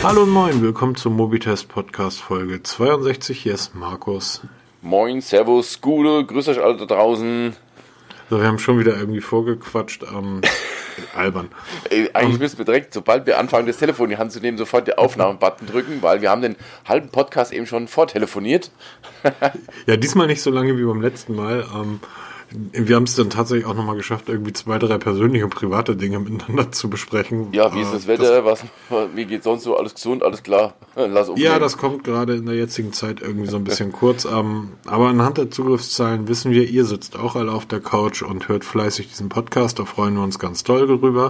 Hallo und moin, willkommen zum Mobitest Podcast Folge 62. Hier ist Markus. Moin, Servus, Gute, grüß euch alle da draußen. So, wir haben schon wieder irgendwie vorgequatscht. Albern. Eigentlich müssen wir direkt, sobald wir anfangen, das Telefon in die Hand zu nehmen, sofort den Aufnahmebutton drücken, weil wir haben den halben Podcast eben schon vortelefoniert. Ja, diesmal nicht so lange wie beim letzten Mal. Wir haben es dann tatsächlich auch nochmal geschafft, irgendwie 2, 3 persönliche und private Dinge miteinander zu besprechen. Ja, wie ist das Wetter? Wie geht sonst so? Alles gesund? Alles klar? Lass umgehen. Ja, das kommt gerade in der jetzigen Zeit irgendwie so ein bisschen kurz. Aber anhand der Zugriffszahlen wissen wir, ihr sitzt auch alle auf der Couch und hört fleißig diesen Podcast. Da freuen wir uns ganz doll drüber.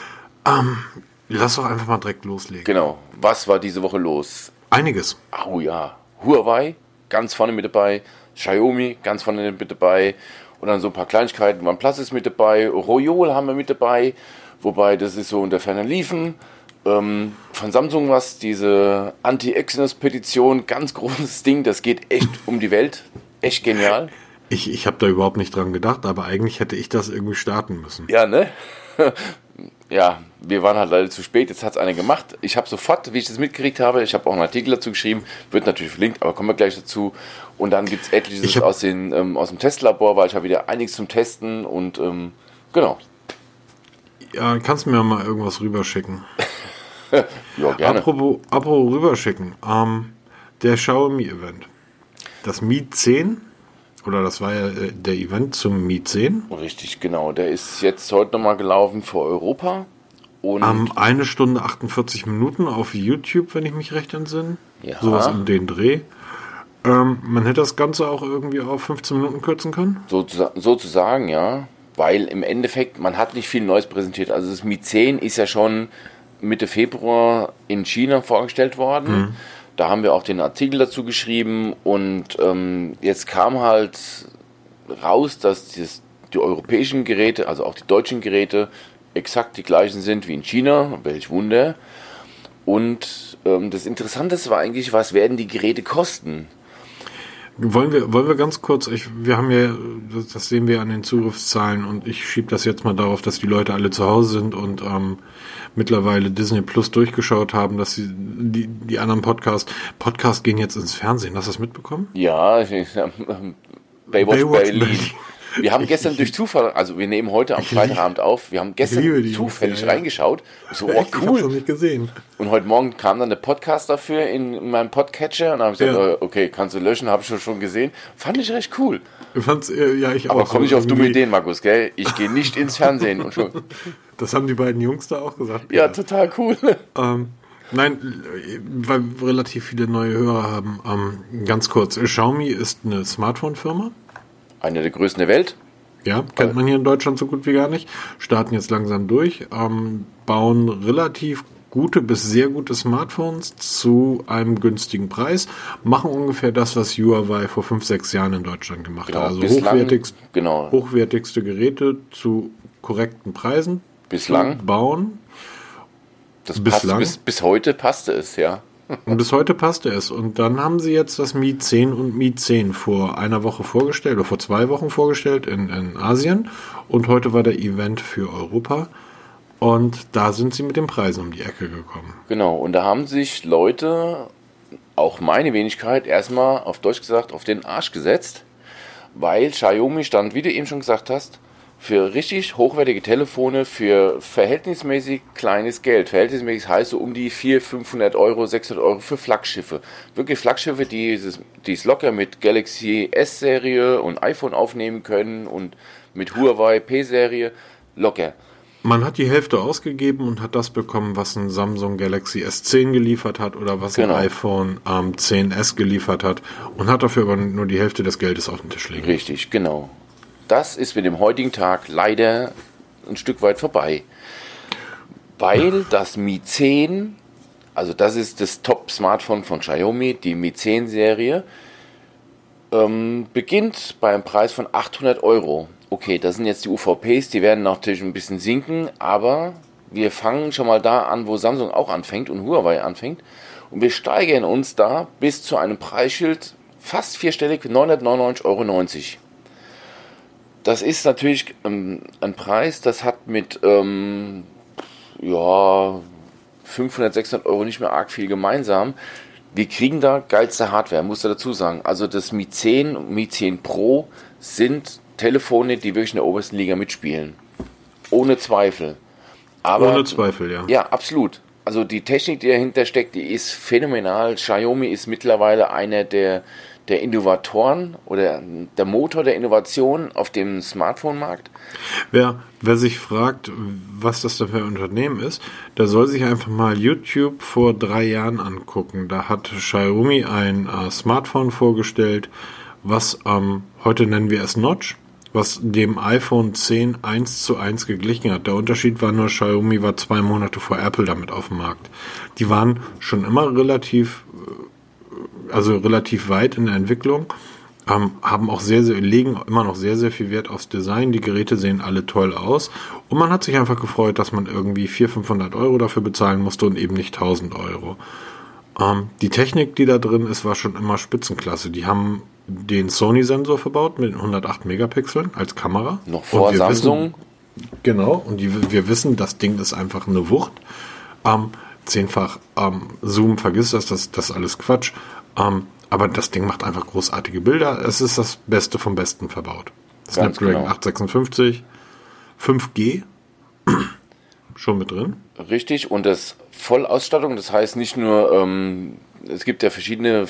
Lass doch einfach mal direkt loslegen. Genau. Was war diese Woche los? Einiges. Oh ja. Huawei, ganz vorne mit dabei. Xiaomi, ganz vorne mit dabei. Und dann so ein paar Kleinigkeiten. OnePlus ist mit dabei. Royol haben wir mit dabei. Wobei, das ist so unter ferner Liefen. Von Samsung was, diese Anti-Exynos-Petition, ganz großes Ding. Das geht echt um die Welt. Echt genial. Ich habe da überhaupt nicht dran gedacht, aber eigentlich hätte ich das irgendwie starten müssen. Ja, ne? Ja, wir waren halt leider zu spät. Jetzt hat es einer gemacht. Ich habe sofort, wie ich das mitgekriegt habe, ich habe auch einen Artikel dazu geschrieben, wird natürlich verlinkt, aber kommen wir gleich dazu. Und dann gibt es etliches aus dem Testlabor, weil ich habe wieder einiges zum Testen und genau. Ja, kannst du mir mal irgendwas rüberschicken? Ja, gerne. Apropos rüberschicken. Der Xiaomi-Event. Das Mi 10, oder das war ja der Event zum Mi 10. Richtig, genau. Der ist jetzt heute nochmal gelaufen für Europa. Und 1 Stunde 48 Minuten auf YouTube, wenn ich mich recht entsinne. Ja. Sowas um den Dreh. Man hätte das Ganze auch irgendwie auf 15 Minuten kürzen können. Sozusagen, ja. Weil im Endeffekt, man hat nicht viel Neues präsentiert. Also das Mi 10 ist ja schon Mitte Februar in China vorgestellt worden. Da haben wir auch den Artikel dazu geschrieben. Und jetzt kam halt raus, dass die europäischen Geräte, also auch die deutschen Geräte, exakt die gleichen sind wie in China. Welch Wunder. Und das Interessanteste war eigentlich, was werden die Geräte kosten? Wollen wir ganz kurz, wir haben ja, das sehen wir an den Zugriffszahlen und ich schiebe das jetzt mal darauf, dass die Leute alle zu Hause sind und mittlerweile Disney Plus durchgeschaut haben, dass sie die anderen Podcasts gehen jetzt ins Fernsehen. Hast du das mitbekommen? Ja, Baywatch Berlin. Wir haben gestern durch Zufall, also wir nehmen heute am Freitagabend auf, wir haben gestern zufällig reingeschaut. So, oh cool. Ich hab's noch nicht gesehen. Und heute Morgen kam dann der Podcast dafür in meinem Podcatcher und dann habe ich gesagt, okay, kannst du löschen, habe ich schon gesehen. Fand ich recht cool. Ich Aber komm nicht auf dumme Ideen, Markus, gell? Ich gehe nicht ins Fernsehen. Und schon. Das haben die beiden Jungs da auch gesagt. Ja, total cool. Nein, weil wir relativ viele neue Hörer haben. Ganz kurz, Xiaomi ist eine Smartphone-Firma. Eine der größten der Welt. Ja, kennt man hier in Deutschland so gut wie gar nicht. Starten jetzt langsam durch, bauen relativ gute bis sehr gute Smartphones zu einem günstigen Preis, machen ungefähr das, was Huawei vor 5, 6 Jahren in Deutschland gemacht hat. Also hochwertigste Geräte zu korrekten Preisen bauen. Bis heute passte es, ja. Und bis heute passte es. Und dann haben sie jetzt das Mi 10 und Mi 10 vor einer Woche vorgestellt, oder vor 2 Wochen vorgestellt in Asien. Und heute war der Event für Europa. Und da sind sie mit den Preisen um die Ecke gekommen. Genau, und da haben sich Leute, auch meine Wenigkeit, erstmal auf Deutsch gesagt, auf den Arsch gesetzt. Weil Xiaomi stand, wie du eben schon gesagt hast, für richtig hochwertige Telefone für verhältnismäßig kleines Geld. Verhältnismäßig heißt so um die 400, 500 Euro, 600 Euro für Flaggschiffe. Wirklich Flaggschiffe, die es locker mit Galaxy S-Serie und iPhone aufnehmen können und mit Huawei P-Serie locker. Man hat die Hälfte ausgegeben und hat das bekommen, was ein Samsung Galaxy S10 geliefert hat oder was ein iPhone 10s geliefert hat und hat dafür aber nur die Hälfte des Geldes auf den Tisch liegen. Richtig, genau. Das ist mit dem heutigen Tag leider ein Stück weit vorbei. Weil das Mi 10, also das ist das Top-Smartphone von Xiaomi, die Mi 10-Serie, beginnt bei einem Preis von 800 Euro. Okay, das sind jetzt die UVPs, die werden natürlich ein bisschen sinken, aber wir fangen schon mal da an, wo Samsung auch anfängt und Huawei anfängt. Und wir steigern uns da bis zu einem Preisschild fast vierstellig, 999,90 Euro. Das ist natürlich ein Preis, das hat mit 500, 600 Euro nicht mehr arg viel gemeinsam. Wir kriegen da geilste Hardware, muss ich dazu sagen. Also das Mi 10 und Mi 10 Pro sind Telefone, die wirklich in der obersten Liga mitspielen. Ohne Zweifel. Aber, ohne Zweifel, ja. Ja, absolut. Also die Technik, die dahinter steckt, die ist phänomenal. Xiaomi ist mittlerweile einer der Innovatoren oder der Motor der Innovation auf dem Smartphone-Markt. Wer sich fragt, was das da für ein Unternehmen ist, der soll sich einfach mal YouTube vor 3 Jahren angucken. Da hat Xiaomi ein Smartphone vorgestellt, was heute nennen wir es Notch, was dem iPhone 10 1:1 geglichen hat. Der Unterschied war nur, Xiaomi war 2 Monate vor Apple damit auf dem Markt. Die waren schon immer relativ weit in der Entwicklung, haben auch legen immer noch sehr, sehr viel Wert aufs Design. Die Geräte sehen alle toll aus. Und man hat sich einfach gefreut, dass man irgendwie 400-500 Euro dafür bezahlen musste und eben nicht 1000 Euro. Die Technik, die da drin ist, war schon immer Spitzenklasse. Die haben den Sony-Sensor verbaut mit 108 Megapixeln als Kamera. Noch vor Samsung. Genau, und wir wissen, das Ding ist einfach eine Wucht. 10-fach Zoom, vergiss das ist alles Quatsch. Aber das Ding macht einfach großartige Bilder. Es ist das Beste vom Besten verbaut. Snapdragon 856, 5G, schon mit drin. Richtig, und das Vollausstattung, das heißt nicht nur, es gibt ja verschiedene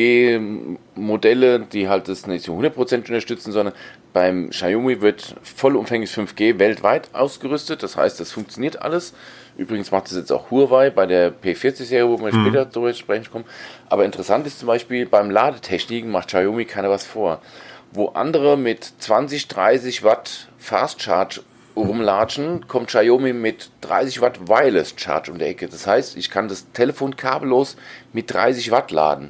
5G-Modelle, die halt das nicht zu 100% unterstützen, sondern beim Xiaomi wird vollumfänglich 5G weltweit ausgerüstet. Das heißt, das funktioniert alles. Übrigens macht das jetzt auch Huawei bei der P40-Serie, wo wir später darüber sprechen kommen. Aber interessant ist zum Beispiel, beim Ladetechniken macht Xiaomi keiner was vor. Wo andere mit 20, 30 Watt Fast Charge rumlatschen, kommt Xiaomi mit 30 Watt Wireless Charge um die Ecke. Das heißt, ich kann das Telefon kabellos mit 30 Watt laden.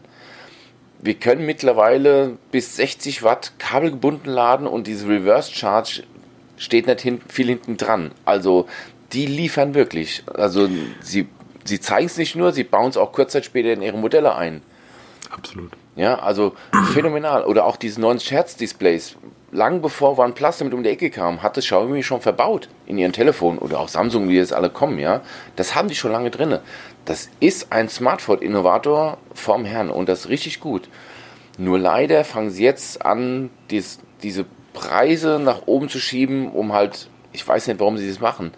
Wir können mittlerweile bis 60 Watt kabelgebunden laden und diese Reverse Charge steht nicht viel hinten dran. Also die liefern wirklich. Also sie zeigen es nicht nur, sie bauen es auch kurz Zeit später in ihre Modelle ein. Absolut. Ja, also phänomenal. Oder auch diese neuen Herz-Displays. Lang bevor OnePlus damit um die Ecke kam, hat das Xiaomi schon verbaut in ihren Telefonen oder auch Samsung, wie jetzt alle kommen, ja. Das haben die schon lange drin. Das ist ein Smartphone-Innovator vom Herrn und das ist richtig gut. Nur leider fangen sie jetzt an, diese Preise nach oben zu schieben, um halt, ich weiß nicht, warum sie das machen,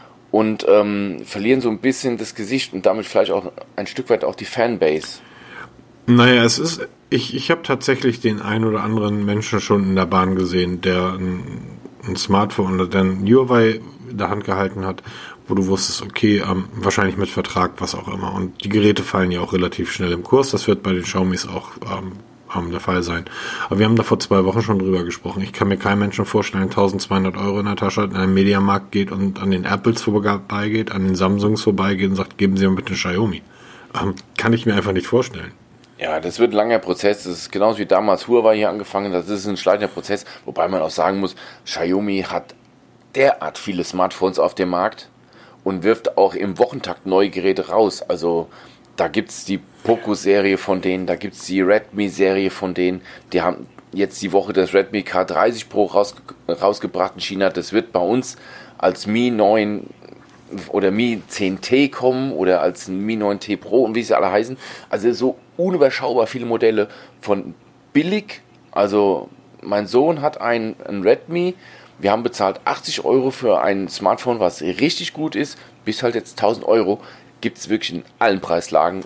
und verlieren so ein bisschen das Gesicht und damit vielleicht auch ein Stück weit auch die Fanbase. Naja, ich habe tatsächlich den einen oder anderen Menschen schon in der Bahn gesehen, der ein Smartphone oder ein Huawei in der Hand gehalten hat, wo du wusstest, okay, wahrscheinlich mit Vertrag, was auch immer. Und die Geräte fallen ja auch relativ schnell im Kurs. Das wird bei den Xiaomis auch der Fall sein. Aber wir haben da vor 2 Wochen schon drüber gesprochen. Ich kann mir keinen Menschen vorstellen, 1200 Euro in der Tasche in einem Mediamarkt geht und an den Apples vorbeigeht, an den Samsungs vorbeigeht und sagt, geben Sie mir bitte eine Xiaomi. Kann ich mir einfach nicht vorstellen. Ja, das wird ein langer Prozess. Das ist genauso wie damals Huawei hier angefangen. Das ist ein schleichender Prozess. Wobei man auch sagen muss, Xiaomi hat derart viele Smartphones auf dem Markt und wirft auch im Wochentakt neue Geräte raus. Also da gibt es die Poco-Serie von denen, da gibt es die Redmi-Serie von denen. Die haben jetzt die Woche das Redmi K30 Pro rausgebracht in China. Das wird bei uns als Mi 9 oder Mi 10T kommen oder als Mi 9T Pro und wie sie alle heißen. Also so unüberschaubar viele Modelle von billig. Also mein Sohn hat ein Redmi. Wir haben bezahlt 80 Euro für ein Smartphone, was richtig gut ist, bis halt jetzt 1000 Euro. Gibt es wirklich in allen Preislagen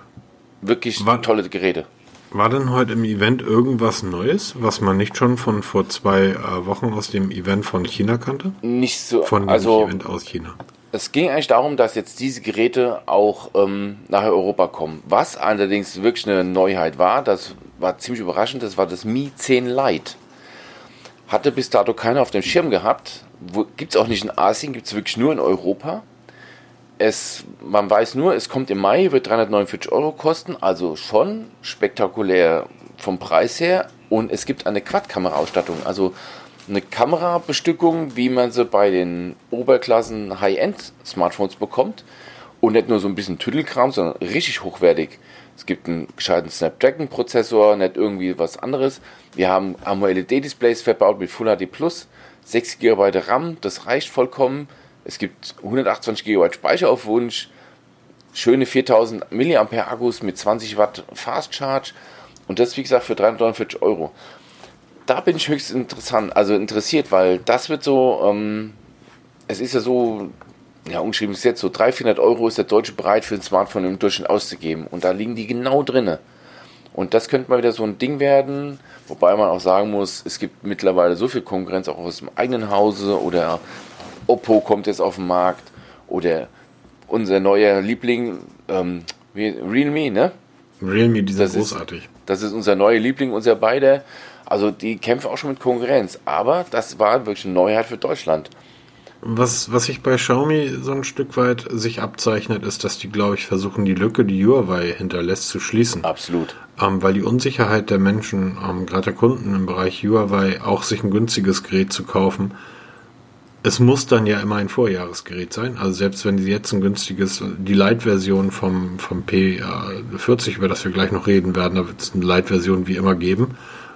wirklich tolle Geräte. War denn heute im Event irgendwas Neues, was man nicht schon von vor 2 Wochen aus dem Event von China kannte? Nicht so. Von dem Event aus China. Es ging eigentlich darum, dass jetzt diese Geräte auch nach Europa kommen. Was allerdings wirklich eine Neuheit war, das war ziemlich überraschend, das war das Mi 10 Lite. Hatte bis dato keiner auf dem Schirm gehabt. Gibt es auch nicht in Asien, gibt es wirklich nur in Europa. Man weiß nur, es kommt im Mai, wird 349 Euro kosten, also schon spektakulär vom Preis her. Und es gibt eine Quad-Kamera-Ausstattung, also eine Kamerabestückung, wie man sie bei den Oberklassen High-End-Smartphones bekommt. Und nicht nur so ein bisschen Tüdelkram, sondern richtig hochwertig. Es gibt einen gescheiten Snapdragon-Prozessor, nicht irgendwie was anderes. Wir haben AMOLED-Displays verbaut mit Full HD+, 6 GB RAM, das reicht vollkommen. Es gibt 128 GB Speicher auf Wunsch, schöne 4000 mAh Akkus mit 20 Watt Fast Charge und das, wie gesagt, für 349 Euro. Da bin ich höchst interessiert, weil das wird so, es ist ja so, ja, ungeschrieben ist jetzt so, 300-400 Euro ist der Deutsche bereit für ein Smartphone im Durchschnitt auszugeben und da liegen die genau drinne. Und das könnte mal wieder so ein Ding werden, wobei man auch sagen muss, es gibt mittlerweile so viel Konkurrenz auch aus dem eigenen Hause oder Oppo kommt jetzt auf den Markt oder unser neuer Liebling, Realme, ne? Realme, dieser großartig. Das ist unser neuer Liebling, unser beider. Also die kämpfen auch schon mit Konkurrenz. Aber das war wirklich eine Neuheit für Deutschland. Was sich bei Xiaomi so ein Stück weit sich abzeichnet, ist, dass die, glaube ich, versuchen, die Lücke, die Huawei hinterlässt, zu schließen. Absolut. Weil die Unsicherheit der Menschen, gerade der Kunden im Bereich Huawei, auch sich ein günstiges Gerät zu kaufen, es muss dann ja immer ein Vorjahresgerät sein. Also selbst wenn die jetzt ein günstiges, die Lite-Version vom P40, über das wir gleich noch reden werden, da wird es eine Lite-Version wie immer geben,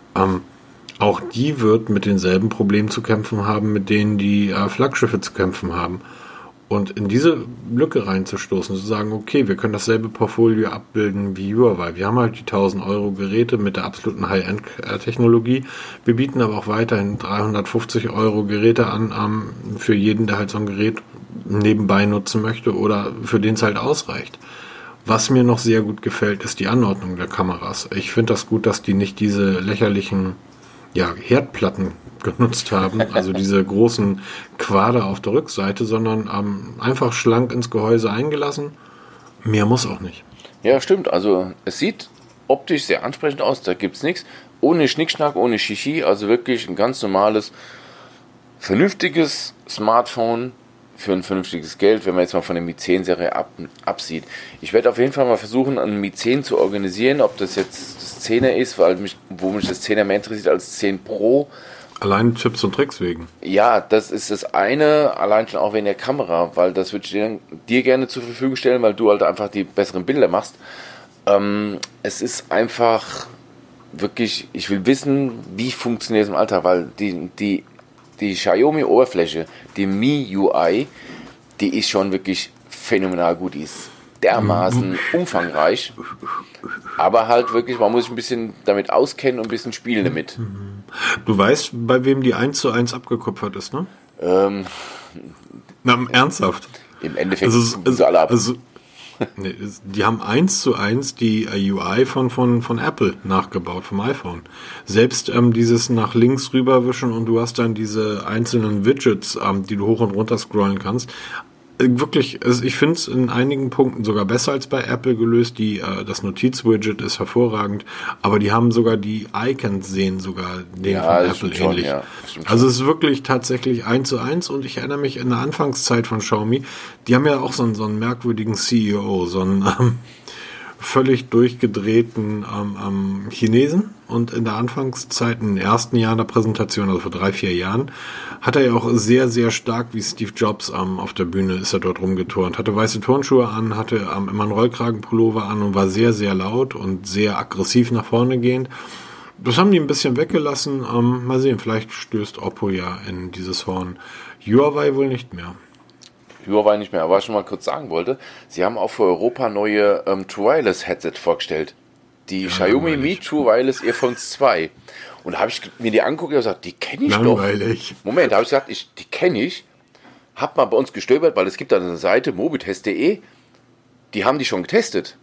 auch die wird mit denselben Problemen zu kämpfen haben, mit denen die Flaggschiffe zu kämpfen haben. Und in diese Lücke reinzustoßen, zu sagen, okay, wir können dasselbe Portfolio abbilden wie Huawei. Wir haben halt die 1000 Euro Geräte mit der absoluten High-End-Technologie. Wir bieten aber auch weiterhin 350 Euro Geräte an, für jeden, der halt so ein Gerät nebenbei nutzen möchte oder für den es halt ausreicht. Was mir noch sehr gut gefällt, ist die Anordnung der Kameras. Ich finde das gut, dass die nicht diese lächerlichen Herdplatten genutzt haben, also diese großen Quader auf der Rückseite, sondern einfach schlank ins Gehäuse eingelassen. Mehr muss auch nicht. Ja, stimmt. Also es sieht optisch sehr ansprechend aus, da gibt es nichts. Ohne Schnickschnack, ohne Shishi, also wirklich ein ganz normales, vernünftiges Smartphone für ein vernünftiges Geld, wenn man jetzt mal von der Mi 10 Serie absieht. Ich werde auf jeden Fall mal versuchen, einen Mi 10 zu organisieren, ob das jetzt das 10er ist, wo mich das 10er mehr interessiert als 10 Pro. Allein Tipps und Tricks wegen. Ja, das ist das eine, allein schon auch wegen der Kamera, weil das würde ich dir gerne zur Verfügung stellen, weil du halt einfach die besseren Bilder machst. Es ist einfach wirklich, ich will wissen, wie funktioniert es im Alltag, weil die Xiaomi-Oberfläche, die MIUI, die ist schon wirklich phänomenal gut, die ist dermaßen umfangreich, aber halt wirklich, man muss sich ein bisschen damit auskennen und ein bisschen spielen damit. Du weißt, bei wem die 1:1 abgekupfert ist, ne? Ernsthaft? Im Endeffekt sind alle ab. Nee, die haben 1:1 die UI von Apple nachgebaut, vom iPhone. Selbst dieses nach links rüberwischen und du hast dann diese einzelnen Widgets, die du hoch und runter scrollen kannst. Wirklich, also ich finde es in einigen Punkten sogar besser als bei Apple gelöst. Das Notiz-Widget ist hervorragend, aber die haben sogar die Icons sehen sogar den von Apple ähnlich. Ja, also es ist wirklich tatsächlich 1:1 und ich erinnere mich in der Anfangszeit von Xiaomi, die haben ja auch so einen merkwürdigen CEO, so einen völlig durchgedrehten Chinesen, und in der Anfangszeit, in den ersten Jahren der Präsentation, also vor 3-4 Jahren, hat er ja auch sehr, sehr stark wie Steve Jobs auf der Bühne ist er dort rumgeturnt, hatte weiße Turnschuhe an, hatte immer einen Rollkragenpullover an und war sehr, sehr laut und sehr aggressiv nach vorne gehend. Das haben die ein bisschen weggelassen. Mal sehen, vielleicht stößt Oppo ja in dieses Horn. Huawei wohl nicht mehr. Huawei nicht mehr, aber was ich schon mal kurz sagen wollte, sie haben auch für Europa neue True Wireless Headset vorgestellt. Die Xiaomi Mi True Wireless Earphones 2. Und da habe ich mir die angeguckt und gesagt, die kenne ich langweilig. Doch. Moment, da habe ich gesagt, die kenne ich. Hab mal bei uns gestöbert, weil es gibt da eine Seite, mobitest.de, die haben die schon getestet.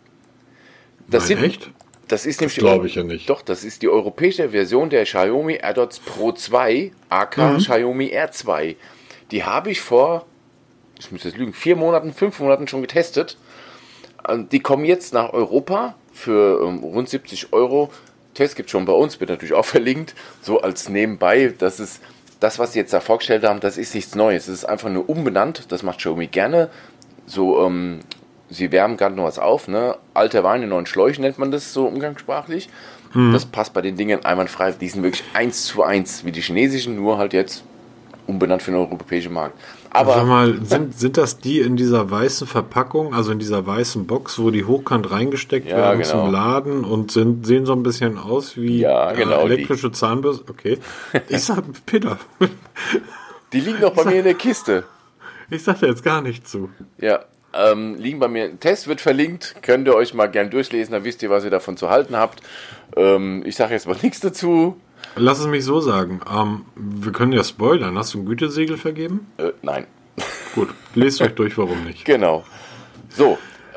Echt? Das ist nämlich, glaube ich ja nicht. Doch, das ist die europäische Version der Xiaomi AirDots Pro 2, aka Xiaomi R2. Die habe ich vor, ich muss jetzt lügen, 5 Monaten schon getestet. Die kommen jetzt nach Europa für rund 70 Euro. Test gibt es schon bei uns, wird natürlich auch verlinkt. So als nebenbei, das ist das, was sie jetzt da vorgestellt haben, das ist nichts Neues. Es ist einfach nur umbenannt, das macht Xiaomi gerne. So, sie wärmen gerade noch was auf, ne? Alter Wein in neuen Schläuchen nennt man das so umgangssprachlich. Das passt bei den Dingen einwandfrei. Die sind wirklich 1:1, wie die chinesischen, nur halt jetzt umbenannt für den europäischen Markt. Aber sag mal, sind das die in dieser weißen Verpackung, also in dieser weißen Box, wo die hochkant reingesteckt werden zum Laden und sehen so ein bisschen aus wie elektrische Zahnbürste? Okay. Ich sag, Peter. Die liegen doch bei mir in der Kiste. Ich sag da jetzt gar nicht zu. Ja, liegen bei mir. Ein Test wird verlinkt, könnt ihr euch mal gern durchlesen, dann wisst ihr, was ihr davon zu halten habt. Ich sage jetzt mal nichts dazu. Lass es mich so sagen. Wir können ja spoilern. Hast du ein Gütesiegel vergeben? Nein. Gut, lest euch durch, warum nicht. Genau. So,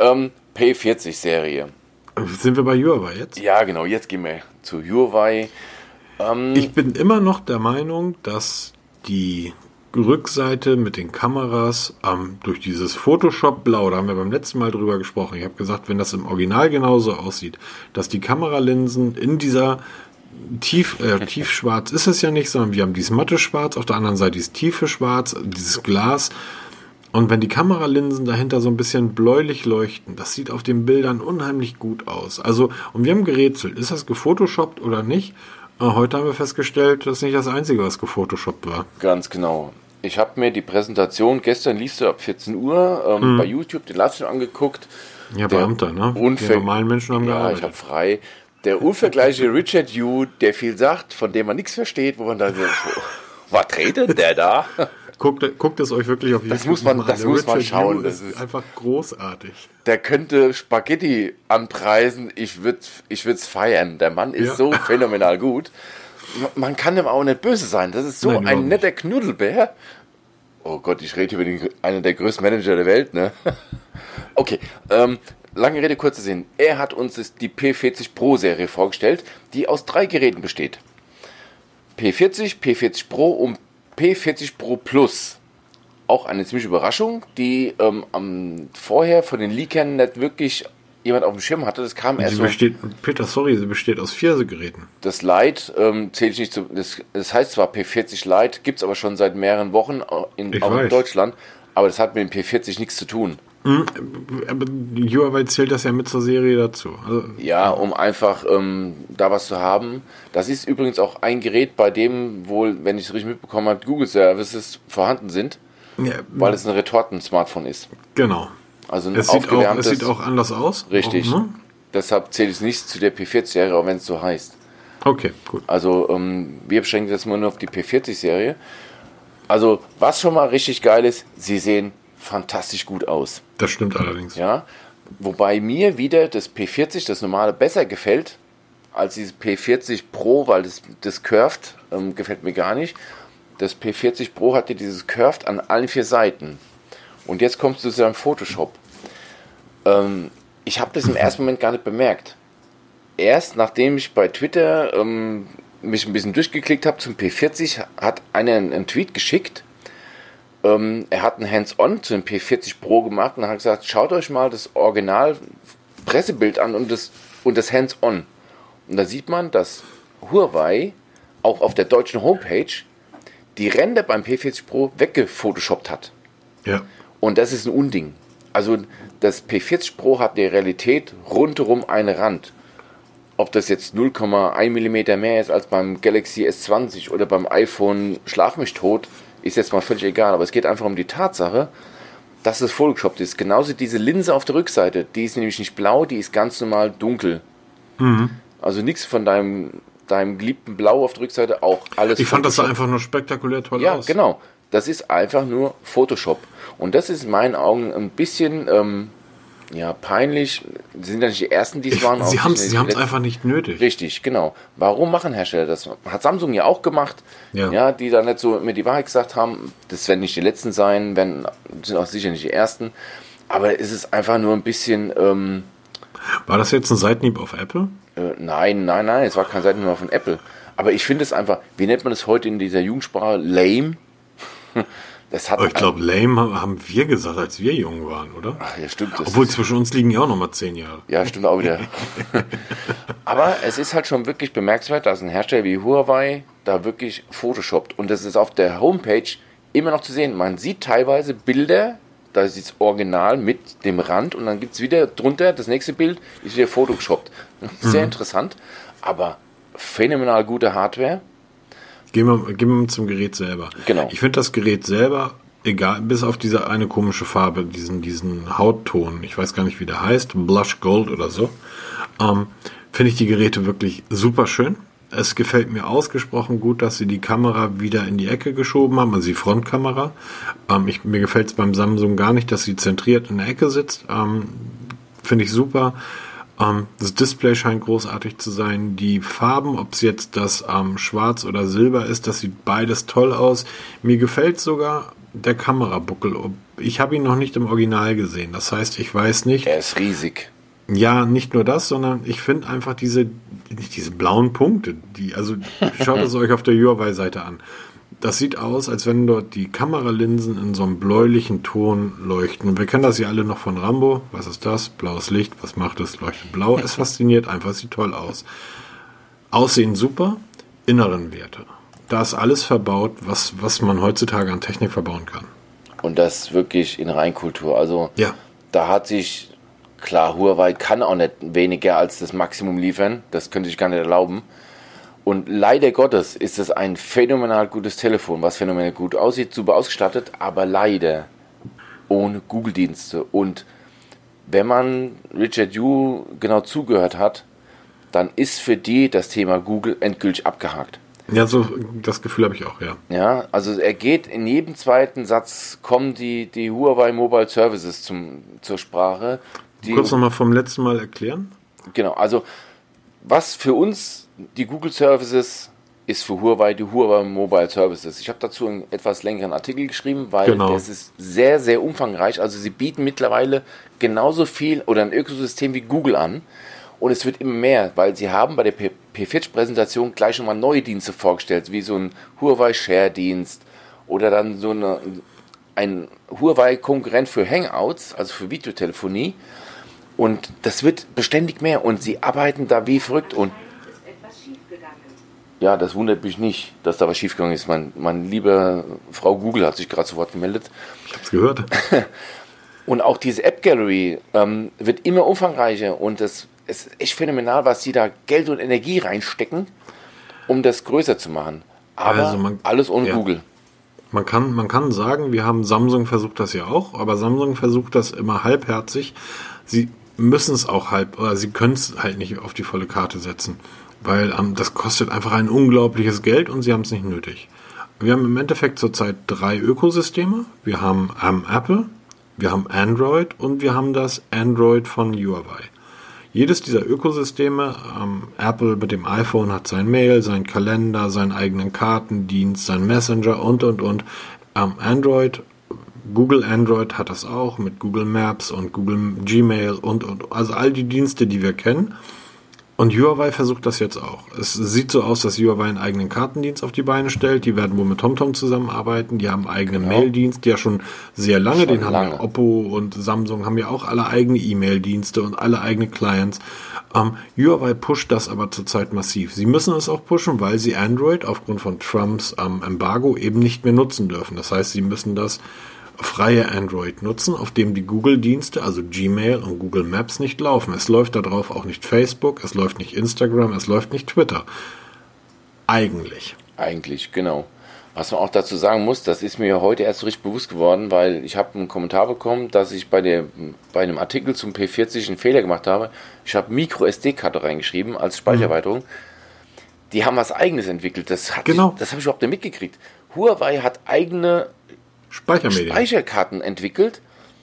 P40-Serie. Sind wir bei Huawei jetzt? Ja, genau, jetzt gehen wir zu Huawei. Ich bin immer noch der Meinung, dass die Rückseite mit den Kameras durch dieses Photoshop-Blau, da haben wir beim letzten Mal drüber gesprochen, ich habe gesagt, wenn das im Original genauso aussieht, dass die Kameralinsen in dieser tiefschwarz ist es ja nicht, sondern wir haben dieses matte Schwarz, auf der anderen Seite dieses tiefe Schwarz, dieses Glas. Und wenn die Kameralinsen dahinter so ein bisschen bläulich leuchten, das sieht auf den Bildern unheimlich gut aus. Also, und wir haben gerätselt, ist das gefotoshoppt oder nicht? Heute haben wir festgestellt, das ist nicht das Einzige, was gefotoshoppt war. Ganz genau. Ich habe mir die Präsentation, gestern lief sie ab 14 Uhr, bei YouTube den Livestream angeguckt. Ja, Beamter, ne? Die normalen Menschen haben gearbeitet. Ja, ich habe frei. Der unvergleichliche Richard Yu, der viel sagt, von dem man nichts versteht, wo man dann so, was redet der da? Guckt es euch wirklich auf YouTube an. Das muss man schauen. Das ist einfach großartig. Der könnte Spaghetti anpreisen. Ich würd's feiern. Der Mann ist so phänomenal gut. Man kann ihm auch nicht böse sein. Das ist so ein netter Knuddelbär. Oh Gott, ich rede über einen der größten Manager der Welt, ne? Okay, lange Rede, kurzer Sinn. Er hat uns die P40 Pro Serie vorgestellt, die aus 3 Geräten besteht. P40, P40 Pro und P40 Pro Plus. Auch eine ziemliche Überraschung, die vorher von den Leakern nicht wirklich jemand auf dem Schirm hatte. Das kam erst sie besteht aus 4 Geräten. Das Lite zähle ich nicht zu. Das heißt zwar P40 Lite, gibt es aber schon seit mehreren Wochen auch in Deutschland, aber das hat mit dem P40 nichts zu tun. Aber Huawei zählt das ja mit zur Serie dazu. Also, ja, um einfach da was zu haben. Das ist übrigens auch ein Gerät, bei dem wohl, wenn ich es richtig mitbekommen habe, Google Services vorhanden sind, weil es ein Retorten-Smartphone ist. Genau. Also es sieht auch anders aus. Richtig. Auch, ne? Deshalb zählt es nicht zu der P40-Serie, auch wenn es so heißt. Okay, gut. Also wir beschränken das nur auf die P40-Serie. Also was schon mal richtig geil ist, sie sehen fantastisch gut aus. Das stimmt allerdings. Ja, wobei mir wieder das P40, das normale, besser gefällt als dieses P40 Pro, weil das Curved gefällt mir gar nicht. Das P40 Pro hatte dieses Curved an allen 4 Seiten. Und jetzt kommst du zu deinem Photoshop. Ich habe das im ersten Moment gar nicht bemerkt. Erst nachdem ich bei Twitter mich ein bisschen durchgeklickt habe zum P40, hat einer einen Tweet geschickt. Er hat ein Hands-on zu dem P40 Pro gemacht und hat gesagt, schaut euch mal das Original Pressebild an und das Hands-on. Und da sieht man, dass Huawei auch auf der deutschen Homepage die Ränder beim P40 Pro weggefotoshoppt hat. Ja. Und das ist ein Unding. Also das P40 Pro hat in der Realität rundherum einen Rand. Ob das jetzt 0,1 mm mehr ist als beim Galaxy S20 oder beim iPhone Schlag mich tot, ist jetzt mal völlig egal. Aber es geht einfach um die Tatsache, dass es Photoshop ist. Genauso diese Linse auf der Rückseite, die ist nämlich nicht blau, die ist ganz normal dunkel. Mhm. Also nichts von deinem geliebten Blau auf der Rückseite, auch alles. Ich fand das einfach nur spektakulär toll aus. Ja, genau. Das ist einfach nur Photoshop. Und das ist in meinen Augen ein bisschen peinlich. Sie sind ja nicht die Ersten, die es waren. Sie haben es einfach nicht nötig. Richtig, genau. Warum machen Hersteller das? Hat Samsung ja auch gemacht, die da nicht so mir die Wahrheit gesagt haben. Das werden nicht die Letzten sein, sind auch sicher nicht die Ersten. Aber es ist einfach nur ein bisschen... War das jetzt ein Seitenhieb auf Apple? Nein, es war kein Seitenhieb auf Apple. Aber ich finde es einfach, wie nennt man das heute in dieser Jugendsprache? Lame. Ich glaube, lame haben wir gesagt, als wir jung waren, oder? Ach ja, stimmt. Obwohl zwischen uns liegen ja auch nochmal 10 Jahre. Ja, stimmt auch wieder. Aber es ist halt schon wirklich bemerkenswert, dass ein Hersteller wie Huawei da wirklich photoshoppt. Und das ist auf der Homepage immer noch zu sehen. Man sieht teilweise Bilder, da ist das Original mit dem Rand und dann gibt es wieder drunter, das nächste Bild ist wieder photoshoppt. Sehr interessant, aber phänomenal gute Hardware. Gehen wir zum Gerät selber. Genau. Ich finde das Gerät selber, egal, bis auf diese eine komische Farbe, diesen Hautton, ich weiß gar nicht, wie der heißt, Blush Gold oder so, finde ich die Geräte wirklich super schön. Es gefällt mir ausgesprochen gut, dass sie die Kamera wieder in die Ecke geschoben haben, also die Frontkamera. Mir gefällt es beim Samsung gar nicht, dass sie zentriert in der Ecke sitzt. Finde ich super. Das Display scheint großartig zu sein. Die Farben, ob es jetzt das Schwarz oder Silber ist, das sieht beides toll aus. Mir gefällt sogar der Kamerabuckel. Ich habe ihn noch nicht im Original gesehen. Das heißt, ich weiß nicht. Er ist riesig. Ja, nicht nur das, sondern ich finde einfach diese blauen Punkte, schaut es euch auf der Huawei-Seite an. Das sieht aus, als wenn dort die Kameralinsen in so einem bläulichen Ton leuchten. Wir kennen das ja alle noch von Rambo. Was ist das? Blaues Licht. Was macht es? Leuchtet blau. Es fasziniert einfach. Es sieht toll aus. Aussehen super. Inneren Werte. Da ist alles verbaut, was man heutzutage an Technik verbauen kann. Und das wirklich in Reinkultur. Also ja. Da hat sich, klar, Huawei kann auch nicht weniger als das Maximum liefern. Das könnte ich gar nicht erlauben. Und leider Gottes ist es ein phänomenal gutes Telefon, was phänomenal gut aussieht, super ausgestattet, aber leider ohne Google-Dienste. Und wenn man Richard Yu genau zugehört hat, dann ist für die das Thema Google endgültig abgehakt. Ja, so das Gefühl habe ich auch, ja. Ja, also er geht in jedem zweiten Satz, kommen die Huawei Mobile Services zur Sprache. Kurz nochmal vom letzten Mal erklären. Genau, also was für uns die Google Services ist für Huawei die Huawei Mobile Services. Ich habe dazu einen etwas längeren Artikel geschrieben, weil das ist sehr, sehr umfangreich. Also sie bieten mittlerweile genauso viel oder ein Ökosystem wie Google an. Und es wird immer mehr, weil sie haben bei der P40-Präsentation gleich schon mal neue Dienste vorgestellt, wie so ein Huawei Share-Dienst oder dann so ein Huawei-Konkurrent für Hangouts, also für Videotelefonie. Und das wird beständig mehr und sie arbeiten da wie verrückt. Und ja, das wundert mich nicht, dass da was schiefgegangen ist. Mein lieber Frau Google hat sich gerade zu Wort gemeldet. Ich habe es gehört. Und auch diese App Gallery wird immer umfangreicher und es ist echt phänomenal, was sie da Geld und Energie reinstecken, um das größer zu machen. Aber also alles ohne Google. Man kann sagen, Samsung versucht das ja auch, aber Samsung versucht das immer halbherzig. Sie müssen es auch sie können es halt nicht auf die volle Karte setzen. Weil das kostet einfach ein unglaubliches Geld und sie haben es nicht nötig. Wir haben im Endeffekt zurzeit 3 Ökosysteme. Wir haben Apple, wir haben Android und wir haben das Android von Huawei. Jedes dieser Ökosysteme, Apple mit dem iPhone hat sein Mail, sein Kalender, seinen eigenen Kartendienst, sein Messenger und. Android, Google Android hat das auch mit Google Maps und Google Gmail und. Also all die Dienste, die wir kennen. Und Huawei versucht das jetzt auch. Es sieht so aus, dass Huawei einen eigenen Kartendienst auf die Beine stellt. Die werden wohl mit TomTom zusammenarbeiten. Die haben einen eigenen Maildienst, ja schon sehr lange. Den haben ja Oppo und Samsung haben ja auch alle eigene E-Mail-Dienste und alle eigene Clients. Huawei pusht das aber zurzeit massiv. Sie müssen es auch pushen, weil sie Android aufgrund von Trumps Embargo eben nicht mehr nutzen dürfen. Das heißt, sie müssen das freie Android nutzen, auf dem die Google-Dienste, also Gmail und Google Maps nicht laufen. Es läuft darauf auch nicht Facebook, es läuft nicht Instagram, es läuft nicht Twitter. Eigentlich, genau. Was man auch dazu sagen muss, das ist mir heute erst so richtig bewusst geworden, weil ich habe einen Kommentar bekommen, dass ich bei einem Artikel zum P40 einen Fehler gemacht habe. Ich habe Micro-SD-Karte reingeschrieben als Speichererweiterung. Die haben was Eigenes entwickelt. Das habe ich überhaupt nicht mitgekriegt. Huawei hat eigene Speicherkarten entwickelt.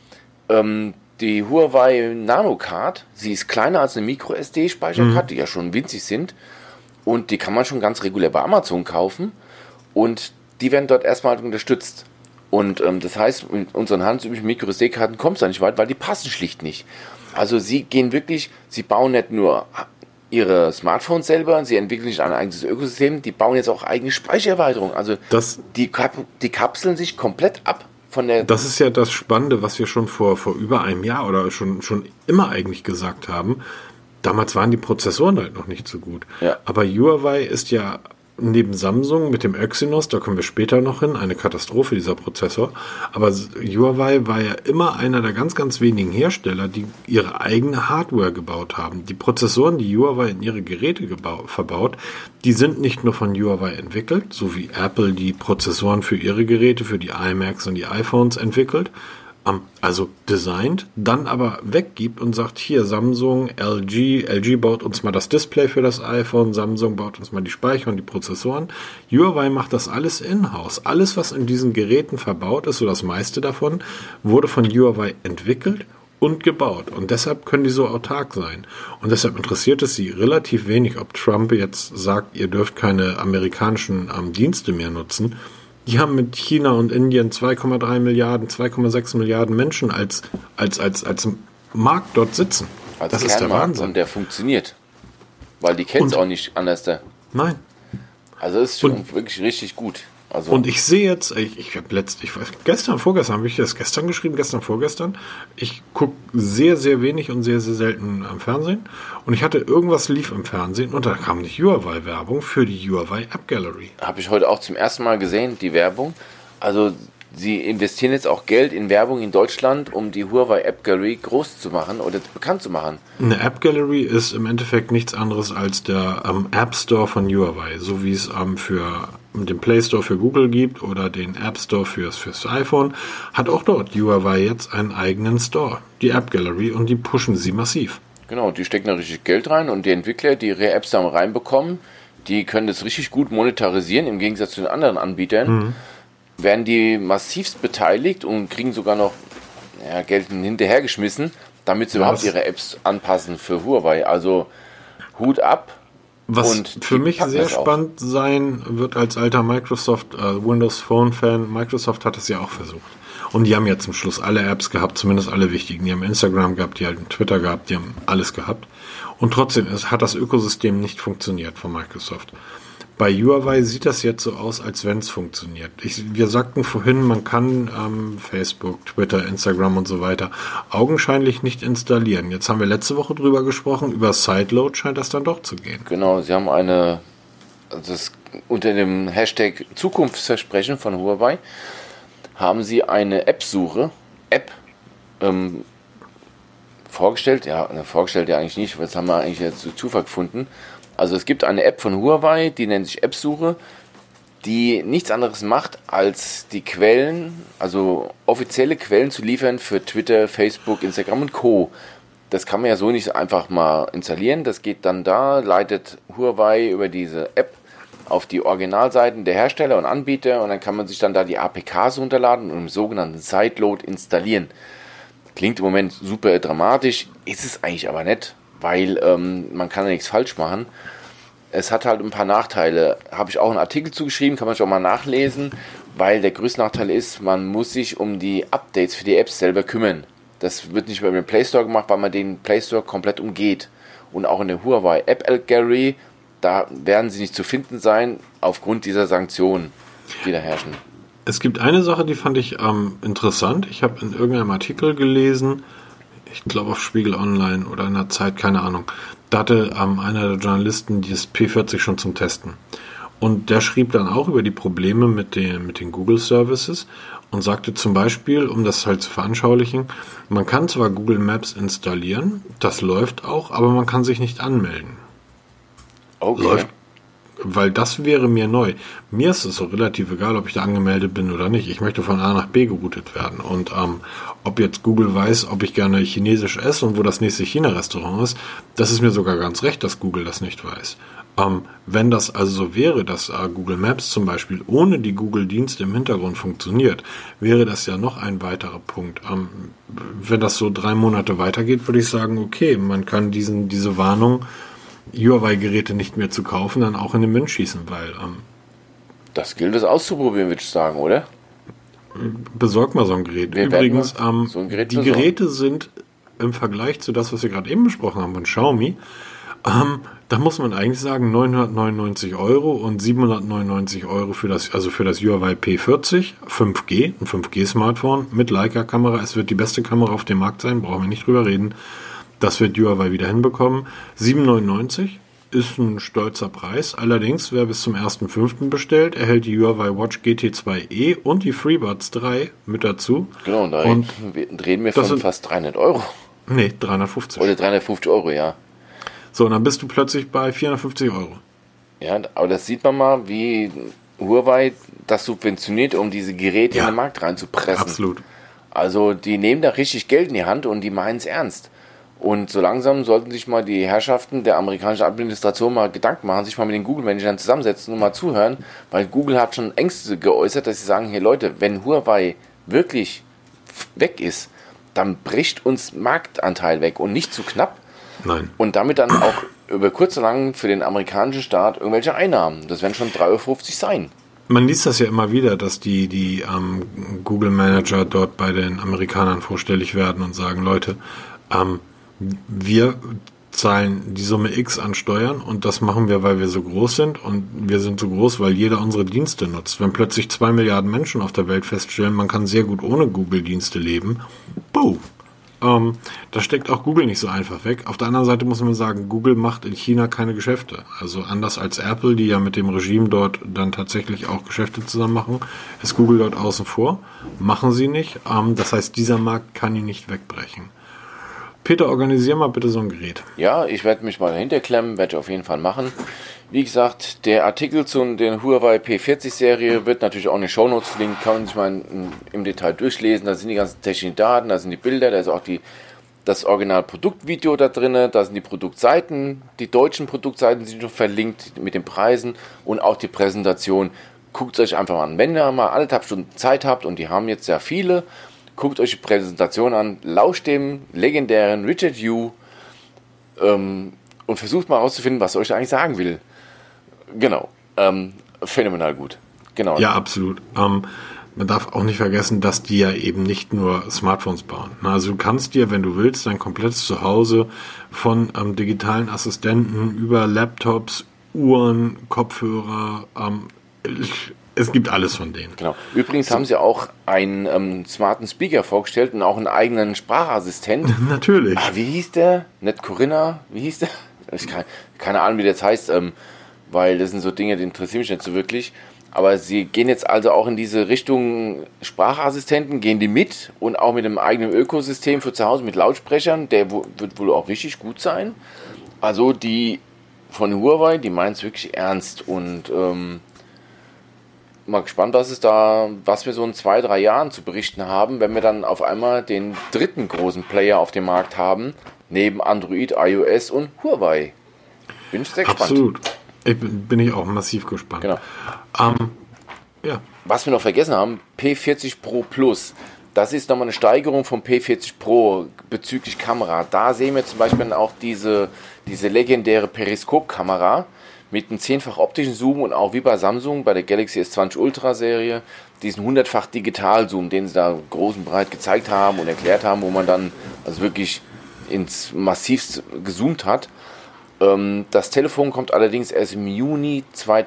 Die Huawei Nano-Card, sie ist kleiner als eine Micro-SD-Speicherkarte, die ja schon winzig sind. Und die kann man schon ganz regulär bei Amazon kaufen. Und die werden dort erstmal unterstützt. Und das heißt, mit unseren handelsüblichen Micro-SD-Karten kommt es da nicht weit, weil die passen schlicht nicht. Also sie bauen nicht nur ihre Smartphones selber, sie entwickeln nicht ein eigenes Ökosystem, die bauen jetzt auch eigene Speichererweiterungen. Also die kapseln sich komplett ab von der... Das ist ja das Spannende, was wir schon vor über einem Jahr oder schon immer eigentlich gesagt haben. Damals waren die Prozessoren halt noch nicht so gut. Ja. Aber Huawei ist ja neben Samsung mit dem Exynos, da kommen wir später noch hin, eine Katastrophe, dieser Prozessor. Aber Huawei war ja immer einer der ganz, ganz wenigen Hersteller, die ihre eigene Hardware gebaut haben. Die Prozessoren, die Huawei in ihre Geräte verbaut, die sind nicht nur von Huawei entwickelt, so wie Apple die Prozessoren für ihre Geräte, für die iMacs und die iPhones entwickelt. Also designt, dann aber weggibt und sagt, hier Samsung, LG baut uns mal das Display für das iPhone, Samsung baut uns mal die Speicher und die Prozessoren. Huawei macht das alles in-house. Alles, was in diesen Geräten verbaut ist, so das meiste davon, wurde von Huawei entwickelt und gebaut. Und deshalb können die so autark sein. Und deshalb interessiert es sie relativ wenig, ob Trump jetzt sagt, ihr dürft keine amerikanischen Dienste mehr nutzen. Die haben mit China und Indien 2,3 Milliarden, 2,6 Milliarden Menschen als Markt dort sitzen. Als das ist der Wahnsinn. Und der funktioniert. Weil die kennen es auch nicht anders. Nein. Also es ist schon wirklich richtig gut. Also und ich sehe jetzt, ich habe vorgestern habe ich das vorgestern. Ich gucke sehr, sehr wenig und sehr, sehr selten am Fernsehen. Und ich hatte irgendwas lief im Fernsehen und da kam eine Huawei-Werbung für die Huawei App Gallery. Habe ich heute auch zum ersten Mal gesehen, die Werbung. Also sie investieren jetzt auch Geld in Werbung in Deutschland, um die Huawei App Gallery groß zu machen oder bekannt zu machen. Eine App Gallery ist im Endeffekt nichts anderes als der App Store von Huawei, so wie es für den Play Store für Google gibt oder den App Store fürs iPhone, hat auch dort Huawei jetzt einen eigenen Store, die App Gallery, und die pushen sie massiv. Genau, die stecken da richtig Geld rein und die Entwickler, die ihre Apps da reinbekommen, die können das richtig gut monetarisieren, im Gegensatz zu den anderen Anbietern. Werden die massivst beteiligt und kriegen sogar noch Geld hinterhergeschmissen, damit sie überhaupt ihre Apps anpassen für Huawei. Also Hut ab. Was für mich sehr spannend sein wird als alter Microsoft Windows Phone Fan, Microsoft hat es ja auch versucht. Und die haben ja zum Schluss alle Apps gehabt, zumindest alle wichtigen. Die haben Instagram gehabt, die haben Twitter gehabt, die haben alles gehabt. Und trotzdem hat das Ökosystem nicht funktioniert von Microsoft. Bei Huawei sieht das jetzt so aus, als wenn es funktioniert. Wir sagten vorhin, man kann Facebook, Twitter, Instagram und so weiter augenscheinlich nicht installieren. Jetzt haben wir letzte Woche drüber gesprochen, über Sideload scheint das dann doch zu gehen. Genau, sie haben unter dem Hashtag Zukunftsversprechen von Huawei, haben sie eine App-Suche, vorgestellt ja eigentlich nicht, das haben wir eigentlich jetzt zu Zufall gefunden. Also es gibt eine App von Huawei, die nennt sich App-Suche, die nichts anderes macht, als die Quellen, also offizielle Quellen zu liefern für Twitter, Facebook, Instagram und Co. Das kann man ja so nicht einfach mal installieren. Das geht dann leitet Huawei über diese App auf die Originalseiten der Hersteller und Anbieter und dann kann man sich dann da die APKs runterladen und im sogenannten Sideload installieren. Klingt im Moment super dramatisch, ist es eigentlich aber nicht, weil man kann ja nichts falsch machen. Es hat halt ein paar Nachteile. Habe ich auch einen Artikel zugeschrieben, kann man sich auch mal nachlesen, weil der größte Nachteil ist, man muss sich um die Updates für die Apps selber kümmern. Das wird nicht mehr mit dem Play Store gemacht, weil man den Play Store komplett umgeht. Und auch in der Huawei App Gallery, da werden sie nicht zu finden sein, aufgrund dieser Sanktionen, die da herrschen. Es gibt eine Sache, die fand ich interessant. Ich habe in irgendeinem Artikel gelesen, ich glaube auf Spiegel Online oder in der Zeit, keine Ahnung, da hatte einer der Journalisten dieses P40 schon zum Testen. Und der schrieb dann auch über die Probleme mit den Google Services und sagte zum Beispiel, um das halt zu veranschaulichen, man kann zwar Google Maps installieren, das läuft auch, aber man kann sich nicht anmelden. Okay. Läuft, weil das wäre mir neu. Mir ist es so relativ egal, ob ich da angemeldet bin oder nicht. Ich möchte von A nach B geroutet werden. Und ob jetzt Google weiß, ob ich gerne chinesisch esse und wo das nächste China-Restaurant ist, das ist mir sogar ganz recht, dass Google das nicht weiß. Wenn das also so wäre, dass Google Maps zum Beispiel ohne die Google-Dienste im Hintergrund funktioniert, wäre das ja noch ein weiterer Punkt. Wenn das so 3 Monate weitergeht, würde ich sagen, okay, man kann diese Warnung, Huawei-Geräte nicht mehr zu kaufen, dann auch in den Wind schießen, weil das gilt es auszuprobieren, würde ich sagen, oder? Besorg mal so ein Gerät. Übrigens, die Geräte sind im Vergleich zu das, was wir gerade eben besprochen haben von Xiaomi, da muss man eigentlich sagen 999 € und 799 € für das Huawei P40 5G, ein 5G-Smartphone mit Leica-Kamera. Es wird die beste Kamera auf dem Markt sein, brauchen wir nicht drüber reden. Das wird Huawei wieder hinbekommen. 799 ist ein stolzer Preis. Allerdings, wer bis zum 1.5. bestellt, erhält die Huawei Watch GT2e und die FreeBuds 3 mit dazu. Genau, da reden wir von fast 300 €. Nee, 350. Oder 350 €, ja. So, und dann bist du plötzlich bei 450 €. Ja, aber das sieht man mal, wie Huawei das subventioniert, um diese Geräte in den Markt reinzupressen. Absolut. Also die nehmen da richtig Geld in die Hand und die meinen es ernst. Und so langsam sollten sich mal die Herrschaften der amerikanischen Administration mal Gedanken machen, sich mal mit den Google-Managern zusammensetzen und mal zuhören, weil Google hat schon Ängste geäußert, dass sie sagen, hier Leute, wenn Huawei wirklich weg ist, dann bricht uns Marktanteil weg und nicht zu knapp. Nein. Und damit dann auch über kurz oder lang für den amerikanischen Staat irgendwelche Einnahmen. Das werden schon 3,50 € sein. Man liest das ja immer wieder, dass die Google-Manager dort bei den Amerikanern vorstellig werden und sagen, Leute, wir zahlen die Summe X an Steuern und das machen wir, weil wir so groß sind und wir sind so groß, weil jeder unsere Dienste nutzt. Wenn plötzlich 2 Milliarden Menschen auf der Welt feststellen, man kann sehr gut ohne Google-Dienste leben, da steckt auch Google nicht so einfach weg. Auf der anderen Seite muss man sagen, Google macht in China keine Geschäfte. Also anders als Apple, die ja mit dem Regime dort dann tatsächlich auch Geschäfte zusammen machen, ist Google dort außen vor. Machen sie nicht. Das heißt, dieser Markt kann ihn nicht wegbrechen. Peter, organisier mal bitte so ein Gerät. Ja, ich werde mich mal dahinter klemmen, werde ich auf jeden Fall machen. Wie gesagt, der Artikel zu der Huawei P40-Serie wird natürlich auch in den Shownotes verlinkt, kann man sich mal im Detail durchlesen. Da sind die ganzen technischen Daten, da sind die Bilder, da ist auch das Original-Produktvideo da drin, da sind die Produktseiten, die deutschen Produktseiten sind schon verlinkt mit den Preisen und auch die Präsentation. Guckt es euch einfach mal an. Wenn ihr mal 1,5 Stunden Zeit habt, und die haben jetzt sehr viele, guckt euch die Präsentation an, lauscht dem legendären Richard Yu und versucht mal herauszufinden, was er euch eigentlich sagen will. Genau. Phänomenal gut. Genau. Ja, absolut. Man darf auch nicht vergessen, dass die ja eben nicht nur Smartphones bauen. Also du kannst dir, wenn du willst, dein komplettes Zuhause von digitalen Assistenten über Laptops, Uhren, Kopfhörer, es gibt alles von denen. Genau. Übrigens haben sie auch einen smarten Speaker vorgestellt und auch einen eigenen Sprachassistent. Natürlich. Wie hieß der? Nicht Corinna? Wie hieß der? Keine Ahnung, wie der jetzt heißt, weil das sind so Dinge, die interessieren mich nicht so wirklich. Aber sie gehen jetzt also auch in diese Richtung Sprachassistenten, gehen die mit und auch mit einem eigenen Ökosystem für zu Hause mit Lautsprechern. Der wird wohl auch richtig gut sein. Also die von Huawei, die meinen es wirklich ernst und mal gespannt, was wir so in 2-3 Jahren zu berichten haben, wenn wir dann auf einmal den dritten großen Player auf dem Markt haben, neben Android, iOS und Huawei. Bin ich sehr gespannt. Absolut. Bin ich auch massiv gespannt. Genau. Ja. Was wir noch vergessen haben, P40 Pro Plus. Das ist nochmal eine Steigerung vom P40 Pro bezüglich Kamera. Da sehen wir zum Beispiel dann auch diese legendäre Periskopkamera mit einem 10-fach optischen Zoom und auch wie bei Samsung bei der Galaxy S20 Ultra Serie diesen 100-fach Digital-Zoom, den sie da groß und breit gezeigt haben und erklärt haben, wo man dann also wirklich ins massivst gezoomt hat. Das Telefon kommt allerdings erst im Juni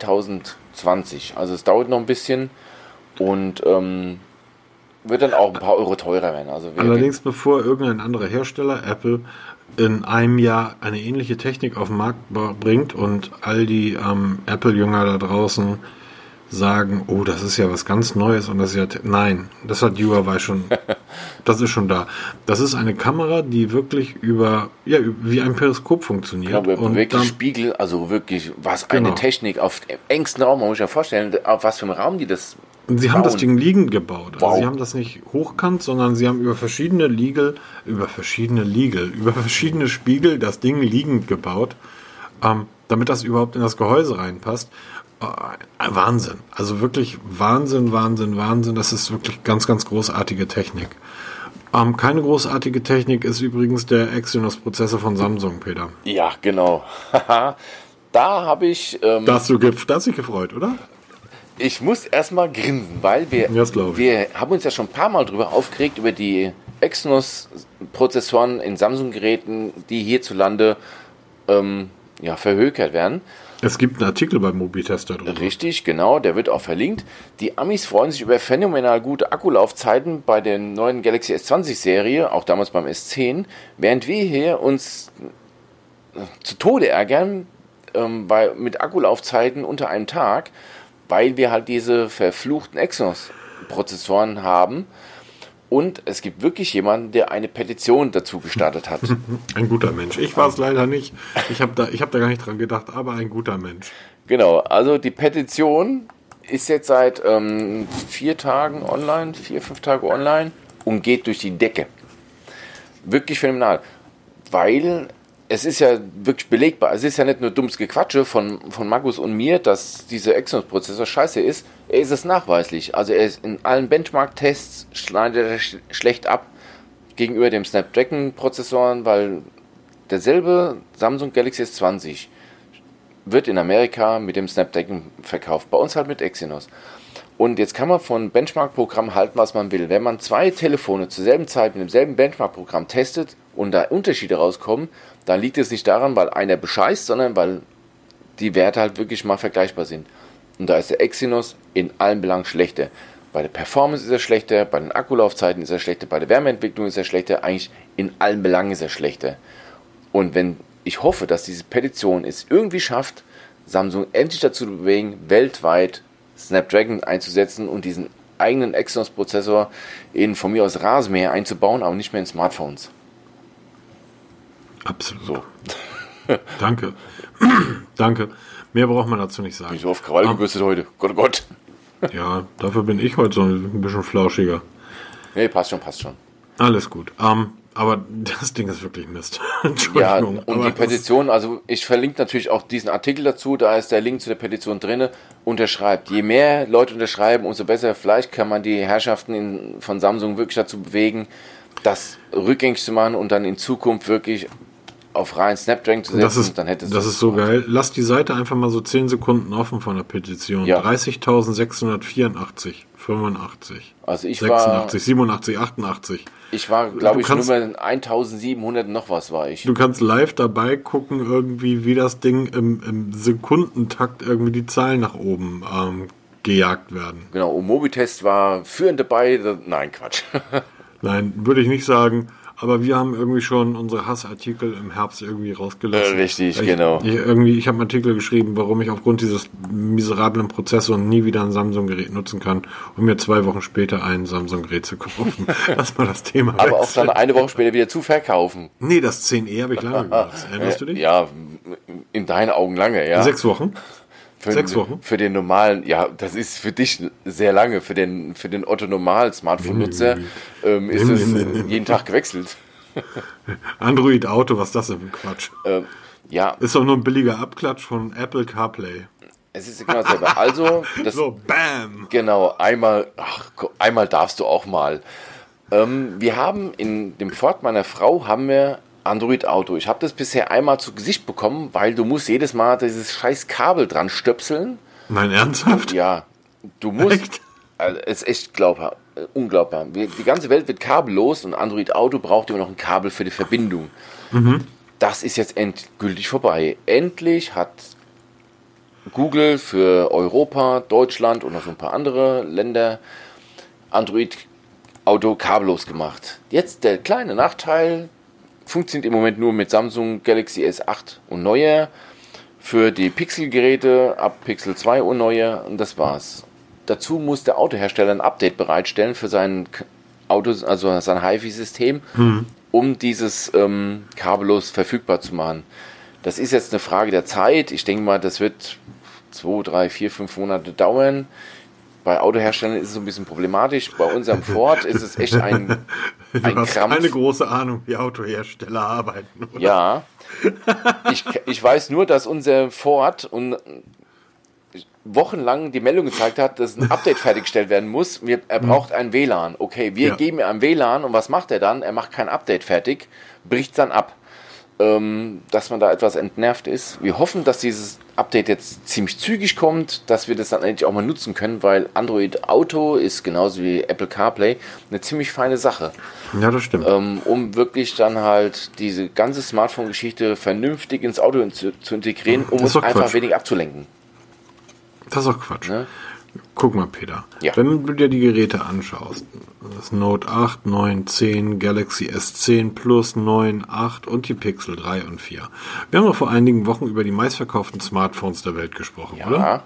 2020. Also es dauert noch ein bisschen und wird dann auch ein paar Euro teurer werden. Also allerdings bevor irgendein anderer Hersteller, Apple, in einem Jahr eine ähnliche Technik auf den Markt bringt und all die Apple-Jünger da draußen sagen, oh, das ist ja was ganz Neues und das ist ja... Nein, das hat Huawei schon... Das ist schon da. Das ist eine Kamera, die wirklich wie ein Periskop funktioniert. Ja, und wirklich Spiegel, also wirklich, was eine Technik auf engstem Raum, man muss sich ja vorstellen, auf was für einem Raum die das Sie haben das Ding liegend gebaut. Also wow. Sie haben das nicht hochkant, sondern sie haben über verschiedene Spiegel das Ding liegend gebaut, damit das überhaupt in das Gehäuse reinpasst. Wahnsinn. Also wirklich Wahnsinn. Das ist wirklich ganz, ganz großartige Technik. Keine großartige Technik ist übrigens der Exynos-Prozessor von Samsung, Peter. Ja, genau. Da habe ich... Da hast du dich gefreut, oder? Ich muss erstmal grinsen, weil wir haben uns ja schon ein paar Mal drüber aufgeregt, über die Exynos-Prozessoren in Samsung-Geräten, die hierzulande verhökert werden. Es gibt einen Artikel beim Mobitester drüber. Richtig, genau, der wird auch verlinkt. Die Amis freuen sich über phänomenal gute Akkulaufzeiten bei der neuen Galaxy S20-Serie, auch damals beim S10, während wir hier uns zu Tode ärgern mit Akkulaufzeiten unter einem Tag, weil wir halt diese verfluchten Exynos-Prozessoren haben. Und es gibt wirklich jemanden, der eine Petition dazu gestartet hat. Ein guter Mensch. Ich war es leider nicht. Ich hab da gar nicht dran gedacht, aber ein guter Mensch. Genau, also die Petition ist jetzt seit 4 Tagen online, 4-5 Tage online. und geht durch die Decke. Wirklich phänomenal. Weil es ist ja wirklich belegbar. Es ist ja nicht nur dummes Gequatsche von Markus und mir, dass dieser Exynos-Prozessor scheiße ist. Er ist es nachweislich. Also er ist in allen Benchmark-Tests schneidet er schlecht ab gegenüber dem Snapdragon-Prozessoren, weil derselbe Samsung Galaxy S20 wird in Amerika mit dem Snapdragon verkauft. Bei uns halt mit Exynos. Und jetzt kann man von Benchmark-Programm halten, was man will. Wenn man zwei Telefone zur selben Zeit mit demselben Benchmark-Programm testet und da Unterschiede rauskommen, dann liegt es nicht daran, weil einer bescheißt, sondern weil die Werte halt wirklich mal vergleichbar sind. Und da ist der Exynos in allen Belangen schlechter. Bei der Performance ist er schlechter, bei den Akkulaufzeiten ist er schlechter, bei der Wärmeentwicklung ist er schlechter, eigentlich in allen Belangen ist er schlechter. Und ich hoffe, dass diese Petition es irgendwie schafft, Samsung endlich dazu zu bewegen, weltweit Snapdragon einzusetzen und diesen eigenen Exynos-Prozessor von mir aus Rasenmäher einzubauen, aber nicht mehr in Smartphones. Absolut. So. Danke. Danke. Mehr braucht man dazu nicht sagen. Bin ich so auf Krawall gebürstet heute. Gott, oh Gott. Ja, dafür bin ich heute so ein bisschen flauschiger. Nee, passt schon. Alles gut. Aber das Ding ist wirklich Mist. Ja, Entschuldigung. und die Petition, also ich verlinke natürlich auch diesen Artikel dazu, da ist der Link zu der Petition drin, unterschreibt. Je mehr Leute unterschreiben, umso besser. Vielleicht kann man die Herrschaften von Samsung wirklich dazu bewegen, das rückgängig zu machen und dann in Zukunft wirklich auf rein Snapdragon zu setzen. Das ist so geil. Lass die Seite einfach mal so 10 Sekunden offen von der Petition. Ja. 30.684, 85, also 86, 87, 88. Ich war, glaube ich, Nummer 1700 noch was war ich. Du kannst live dabei gucken, irgendwie, wie das Ding im Sekundentakt irgendwie die Zahlen nach oben gejagt werden. Genau, und Mobitest war führend dabei. Nein, Quatsch. Nein, würde ich nicht sagen. Aber wir haben irgendwie schon unsere Hassartikel im Herbst irgendwie rausgelassen. Richtig, genau. Ich habe einen Artikel geschrieben, warum ich aufgrund dieses miserablen Prozessors nie wieder ein Samsung-Gerät nutzen kann, um mir 2 Wochen später ein Samsung-Gerät zu kaufen. Lass mal das Thema Aber wechseln. auch dann eine Woche später wieder zu verkaufen. Nee, das 10e habe ich lange genutzt. Erinnerst du dich? Ja, in deinen Augen lange, ja. 6 Wochen? 6 Wochen? Für den normalen, ja, das ist für dich sehr lange. Für den Otto-Normal-Smartphone-Nutzer ist es jeden Tag gewechselt. Android Auto, was ist das denn für ein Quatsch? Ja. Ist doch nur ein billiger Abklatsch von Apple CarPlay. Es ist genau dasselbe. Also, so, bam! Genau, einmal darfst du auch mal. Wir haben in dem Ford meiner Frau Android Auto. Ich habe das bisher einmal zu Gesicht bekommen, weil du musst jedes Mal dieses scheiß Kabel dran stöpseln. Nein, ernsthaft? Ja, du musst. Echt? Also, es ist echt unglaubbar. Die ganze Welt wird kabellos und Android Auto braucht immer noch ein Kabel für die Verbindung. Mhm. Das ist jetzt endgültig vorbei. Endlich hat Google für Europa, Deutschland und noch so ein paar andere Länder Android Auto kabellos gemacht. Jetzt der kleine Nachteil: funktioniert im Moment nur mit Samsung Galaxy S8 und neuer, für die Pixel-Geräte ab Pixel 2 und neuer, und das war's. Dazu muss der Autohersteller ein Update bereitstellen für sein Autos, also sein HiFi-System, um dieses kabellos verfügbar zu machen. Das ist jetzt eine Frage der Zeit. Ich denke mal, das wird 2, 3, 4, 5 Monate dauern. Bei Autoherstellern ist es ein bisschen problematisch. Bei unserem Ford ist es echt ein hast Krampf. Keine große Ahnung, wie Autohersteller arbeiten, oder? Ja. Ich weiß nur, dass unser Ford wochenlang die Meldung gezeigt hat, dass ein Update fertiggestellt werden muss. Er braucht ein WLAN. Okay, wir geben ihm ein WLAN, und was macht er dann? Er macht kein Update fertig, bricht es dann ab. Dass man da etwas entnervt ist. Wir hoffen, dass dieses Update jetzt ziemlich zügig kommt, dass wir das dann endlich auch mal nutzen können, weil Android Auto ist genauso wie Apple CarPlay eine ziemlich feine Sache. Ja, das stimmt. Um wirklich dann halt diese ganze Smartphone-Geschichte vernünftig ins Auto zu integrieren, um uns einfach wenig abzulenken. Das ist auch Quatsch. Ne? Guck mal, Peter. Ja. Wenn du dir die Geräte anschaust, das Note 8, 9, 10, Galaxy S10 Plus, 9, 8 und die Pixel 3 und 4. Wir haben doch vor einigen Wochen über die meistverkauften Smartphones der Welt gesprochen, Ja. oder?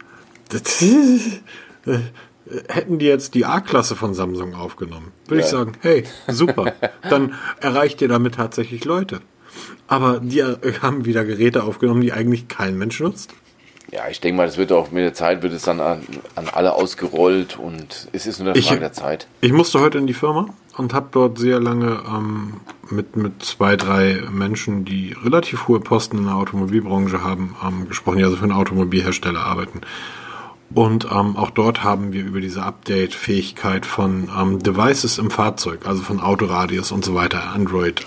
Hätten die jetzt die A-Klasse von Samsung aufgenommen, würde ich sagen, hey, super, dann erreicht ihr damit tatsächlich Leute. Aber die haben wieder Geräte aufgenommen, die eigentlich kein Mensch nutzt. Ja, ich denke mal, das wird auch mit der Zeit, wird es dann an alle ausgerollt und es ist nur eine Frage der Zeit. Ich musste heute in die Firma und habe dort sehr lange mit 2, 3 Menschen, die relativ hohe Posten in der Automobilbranche haben, gesprochen, die also für einen Automobilhersteller arbeiten. Und auch dort haben wir über diese Update-Fähigkeit von Devices im Fahrzeug, also von Autoradios und so weiter, Android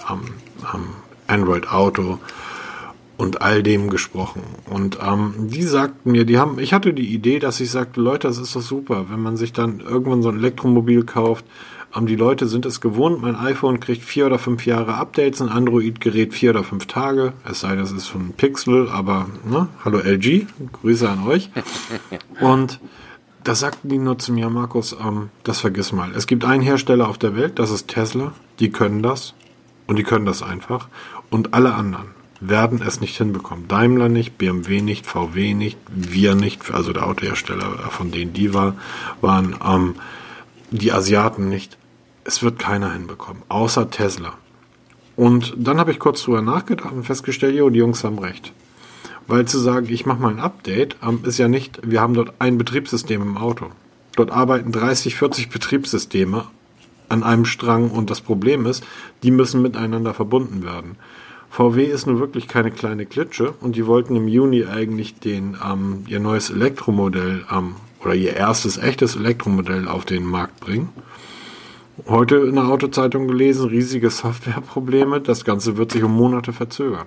Auto und all dem gesprochen. Und die sagten mir, ich hatte die Idee, dass ich sagte, Leute, das ist doch super, wenn man sich dann irgendwann so ein Elektromobil kauft. Die Leute sind es gewohnt, mein iPhone kriegt 4 oder 5 Jahre Updates, ein Android-Gerät 4 oder 5 Tage, es sei denn, es ist von Pixel, aber hallo LG, Grüße an euch. Und da sagten die nur zu mir, Markus, das vergiss mal. Es gibt einen Hersteller auf der Welt, das ist Tesla, die können das und die können das einfach und alle anderen werden es nicht hinbekommen. Daimler nicht, BMW nicht, VW nicht, wir nicht, also der Autohersteller, von denen die waren, die Asiaten nicht. Es wird keiner hinbekommen, außer Tesla. Und dann habe ich kurz drüber nachgedacht und festgestellt, die Jungs haben recht. Weil zu sagen, ich mache mal ein Update, ist ja nicht, wir haben dort ein Betriebssystem im Auto. Dort arbeiten 30, 40 Betriebssysteme an einem Strang und das Problem ist, die müssen miteinander verbunden werden. VW ist nun wirklich keine kleine Klitsche und die wollten im Juni eigentlich ihr neues Elektromodell oder ihr erstes echtes Elektromodell auf den Markt bringen. Heute in der Autozeitung gelesen, riesige Softwareprobleme, das Ganze wird sich um Monate verzögern.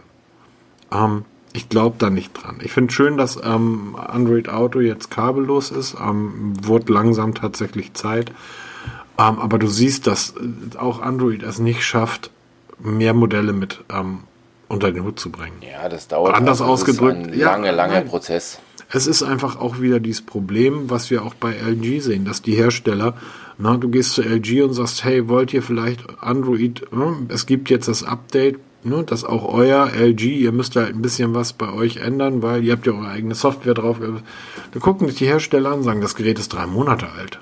Ich glaube da nicht dran. Ich finde schön, dass Android Auto jetzt kabellos ist, wurde langsam tatsächlich Zeit. Aber du siehst, dass auch Android es nicht schafft, mehr Modelle mit unter den Hut zu bringen. Ja, das dauert. Anders ausgedrückt. Das ist ein langer Prozess. Es ist einfach auch wieder dieses Problem, was wir auch bei LG sehen, dass die Hersteller, du gehst zu LG und sagst, hey, wollt ihr vielleicht Android, es gibt jetzt das Update, dass auch euer LG, ihr müsst halt ein bisschen was bei euch ändern, weil ihr habt ja eure eigene Software drauf. Da gucken sich die Hersteller an und sagen, das Gerät ist 3 Monate alt.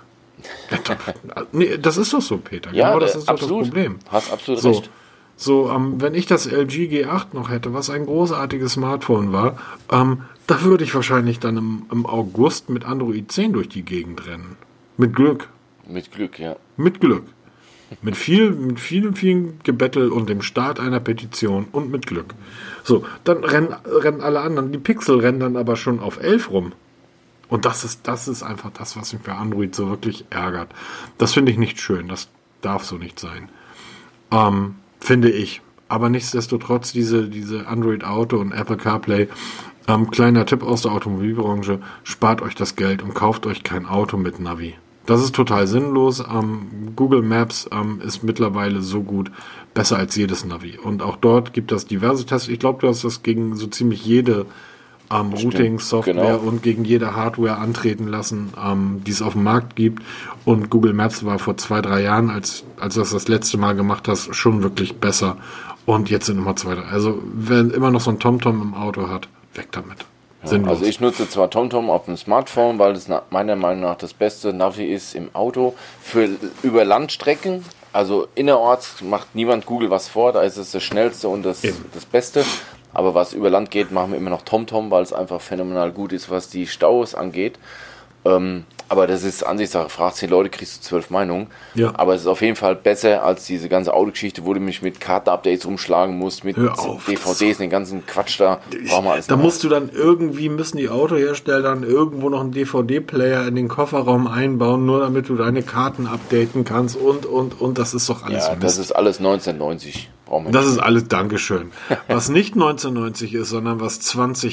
Nee, das ist doch so, Peter. Ja, genau, das ist absolut. Doch das Problem. Hast absolut recht. Wenn ich das LG G8 noch hätte, was ein großartiges Smartphone war, da würde ich wahrscheinlich dann im August mit Android 10 durch die Gegend rennen. Mit Glück. Mit Glück, ja. Mit Glück. Mit vielen Gebettel und dem Start einer Petition und mit Glück. So, dann rennen alle anderen. Die Pixel rennen dann aber schon auf 11 rum. Und das ist einfach das, was mich bei Android so wirklich ärgert. Das finde ich nicht schön. Das darf so nicht sein. Finde ich. Aber nichtsdestotrotz diese Android Auto und Apple CarPlay, kleiner Tipp aus der Automobilbranche, spart euch das Geld und kauft euch kein Auto mit Navi. Das ist total sinnlos. Google Maps ist mittlerweile so gut, besser als jedes Navi. Und auch dort gibt es diverse Tests. Ich glaube, du hast das gegen so ziemlich jede Routing-Software und gegen jede Hardware antreten lassen, die es auf dem Markt gibt. Und Google Maps war vor 2, 3 Jahren, als du das letzte Mal gemacht hast, schon wirklich besser. Und jetzt sind immer 2, 3. Also wer immer noch so ein TomTom im Auto hat, weg damit. Ja, also ich nutze zwar TomTom auf dem Smartphone, weil das meiner Meinung nach das beste Navi ist im Auto. Über Landstrecken, also innerorts macht niemand Google was vor, da ist es das Schnellste und das Beste. Aber was über Land geht, machen wir immer noch TomTom, weil es einfach phänomenal gut ist, was die Staus angeht. Aber das ist Ansichtssache. Fragst 10 Leute, kriegst du 12 Meinungen. Ja. Aber es ist auf jeden Fall besser als diese ganze Autogeschichte, wo du mich mit Kartenupdates rumschlagen musst, mit DVDs, den ganzen Quatsch da. Brauchen wir alles da musst du dann müssen die Autohersteller dann irgendwo noch einen DVD-Player in den Kofferraum einbauen, nur damit du deine Karten updaten kannst und das ist doch alles. Ja, das ist alles 1990. Das ist alles, Dankeschön. Was nicht 1990 ist, sondern was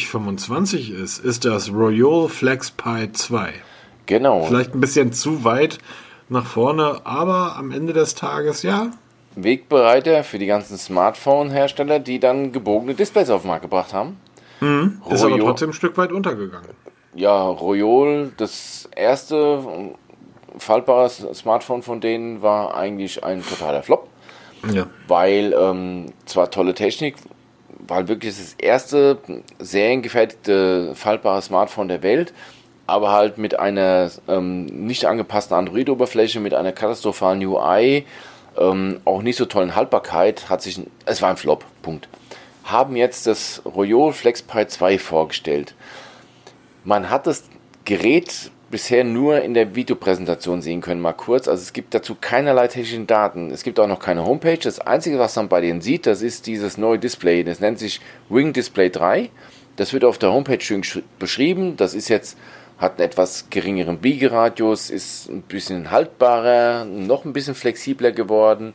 2025 ist das Royole FlexPi 2. Genau. Vielleicht ein bisschen zu weit nach vorne, aber am Ende des Tages, ja. Wegbereiter für die ganzen Smartphone-Hersteller, die dann gebogene Displays auf den Markt gebracht haben. Ist aber trotzdem ein Stück weit untergegangen. Ja, Royole, das erste faltbare Smartphone von denen war eigentlich ein totaler Flop. Ja. Weil zwar tolle Technik, weil wirklich das erste seriengefertigte faltbare Smartphone der Welt, aber halt mit einer nicht angepassten Android-Oberfläche, mit einer katastrophalen UI, auch nicht so tollen Haltbarkeit, es war ein Flop, Punkt. Haben jetzt das Royole FlexPi 2 vorgestellt. Man hat das Gerät bisher nur in der Videopräsentation sehen können, mal kurz. Also es gibt dazu keinerlei technischen Daten. Es gibt auch noch keine Homepage. Das Einzige, was man bei denen sieht, das ist dieses neue Display. Das nennt sich Wing Display 3. Das wird auf der Homepage schön beschrieben. Das ist jetzt, hat einen etwas geringeren Biegeradius, ist ein bisschen haltbarer, noch ein bisschen flexibler geworden,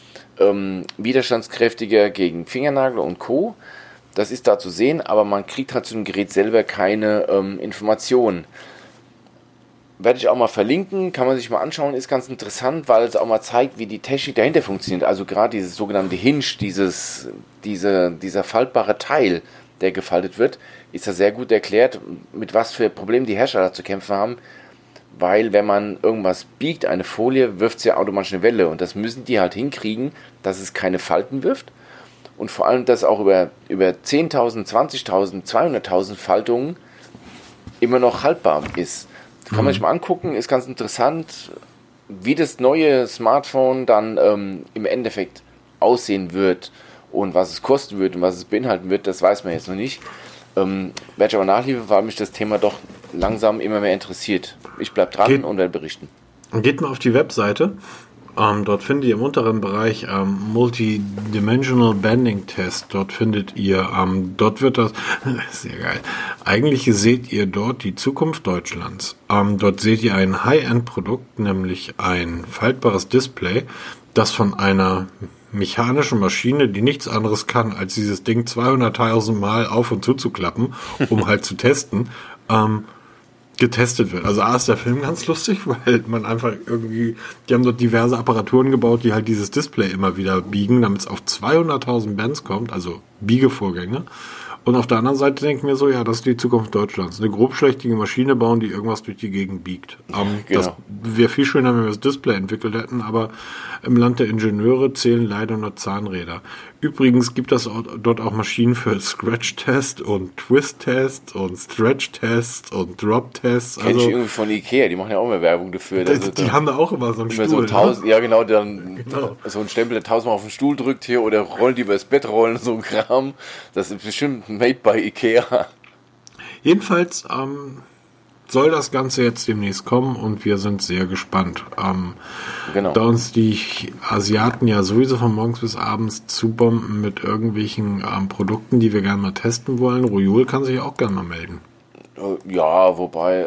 widerstandskräftiger gegen Fingernagel und Co. Das ist da zu sehen, aber man kriegt halt zu dem Gerät selber keine Informationen. Werde ich auch mal verlinken, kann man sich mal anschauen, ist ganz interessant, weil es auch mal zeigt, wie die Technik dahinter funktioniert. Also gerade dieses sogenannte Hinge, dieser faltbare Teil, der gefaltet wird, ist da sehr gut erklärt, mit was für Problemen die Hersteller zu kämpfen haben, weil wenn man irgendwas biegt, eine Folie, wirft sie ja automatisch eine Welle und das müssen die halt hinkriegen, dass es keine Falten wirft und vor allem, dass auch über 10.000, 20.000, 200.000 Faltungen immer noch haltbar ist. Kann man sich mal angucken, ist ganz interessant, wie das neue Smartphone dann im Endeffekt aussehen wird und was es kosten wird und was es beinhalten wird, das weiß man jetzt noch nicht. Werde ich aber nachliefern, weil mich das Thema doch langsam immer mehr interessiert. Ich bleibe dran und werde berichten. Geht mal auf die Webseite. Dort findet ihr im unteren Bereich Multidimensional Bending Test. Dort findet ihr, dort wird das, sehr geil. Eigentlich seht ihr dort die Zukunft Deutschlands. Dort seht ihr ein High-End-Produkt, nämlich ein faltbares Display, das von einer mechanischen Maschine, die nichts anderes kann, als dieses Ding 200.000 Mal auf und zuzuklappen, um halt zu testen, getestet wird. Also A ist der Film ganz lustig, weil man einfach irgendwie, die haben dort diverse Apparaturen gebaut, die halt dieses Display immer wieder biegen, damit es auf 200.000 Bands kommt, also Biegevorgänge. Und auf der anderen Seite denke ich mir so, ja, das ist die Zukunft Deutschlands. Eine grobschlächtige Maschine bauen, die irgendwas durch die Gegend biegt. Genau. Das wäre viel schöner, wenn wir das Display entwickelt hätten, aber im Land der Ingenieure zählen leider nur Zahnräder. Übrigens gibt es dort auch Maschinen für Scratch-Test und Twist-Test und Stretch-Test und Drop-Test. Kenn ich irgendwie von Ikea, die machen ja auch mehr Werbung dafür. Die haben da auch immer so einen immer Stuhl. So 1000, ja genau, dann so ein Stempel, der 1000 Mal auf den Stuhl drückt hier oder rollen die über das Bett rollen, so ein Kram. Das ist bestimmt made by Ikea. Jedenfalls soll das Ganze jetzt demnächst kommen und wir sind sehr gespannt. Genau. Da uns die Asiaten ja sowieso von morgens bis abends zubomben mit irgendwelchen Produkten, die wir gerne mal testen wollen, Royol kann sich auch gerne mal melden. Ja, wobei,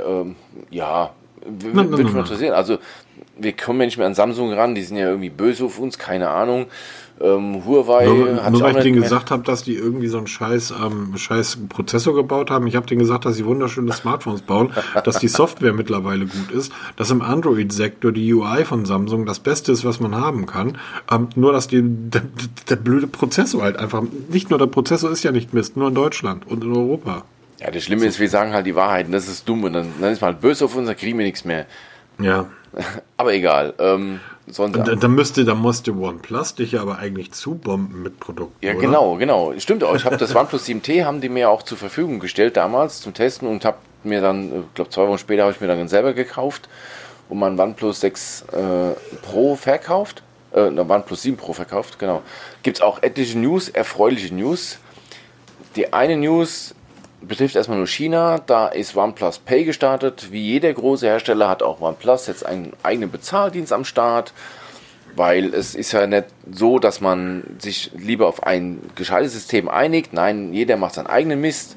würde mich interessieren. Also, wir kommen ja nicht mehr an Samsung ran, die sind ja irgendwie böse auf uns, keine Ahnung. Huawei hat nur weil ich denen gesagt habe, dass die irgendwie so einen scheiß Prozessor gebaut haben. Ich habe denen gesagt, dass sie wunderschöne Smartphones bauen, dass die Software mittlerweile gut ist, dass im Android-Sektor die UI von Samsung das Beste ist, was man haben kann. Nur, dass der blöde Prozessor halt einfach, nicht nur der Prozessor ist ja nicht Mist, nur in Deutschland und in Europa. Ja, das Schlimme ist, wir sagen halt die Wahrheit und das ist dumm und dann ist man halt böse auf uns, dann kriegen wir nichts mehr. Ja. Aber egal. Da musste OnePlus dich ja aber eigentlich zubomben mit Produkten. Ja, oder? genau. Stimmt auch. Ich habe das OnePlus 7T, haben die mir auch zur Verfügung gestellt damals zum Testen und habe mir dann, ich glaube 2 Wochen später habe ich mir dann selber gekauft und mein OnePlus 6 Pro verkauft. OnePlus 7 Pro verkauft, genau. Gibt es auch etliche News, erfreuliche News. Die eine News betrifft erstmal nur China, da ist OnePlus Pay gestartet. Wie jeder große Hersteller hat auch OnePlus jetzt einen eigenen Bezahldienst am Start, weil es ist ja nicht so, dass man sich lieber auf ein gescheites System einigt. Nein, jeder macht seinen eigenen Mist.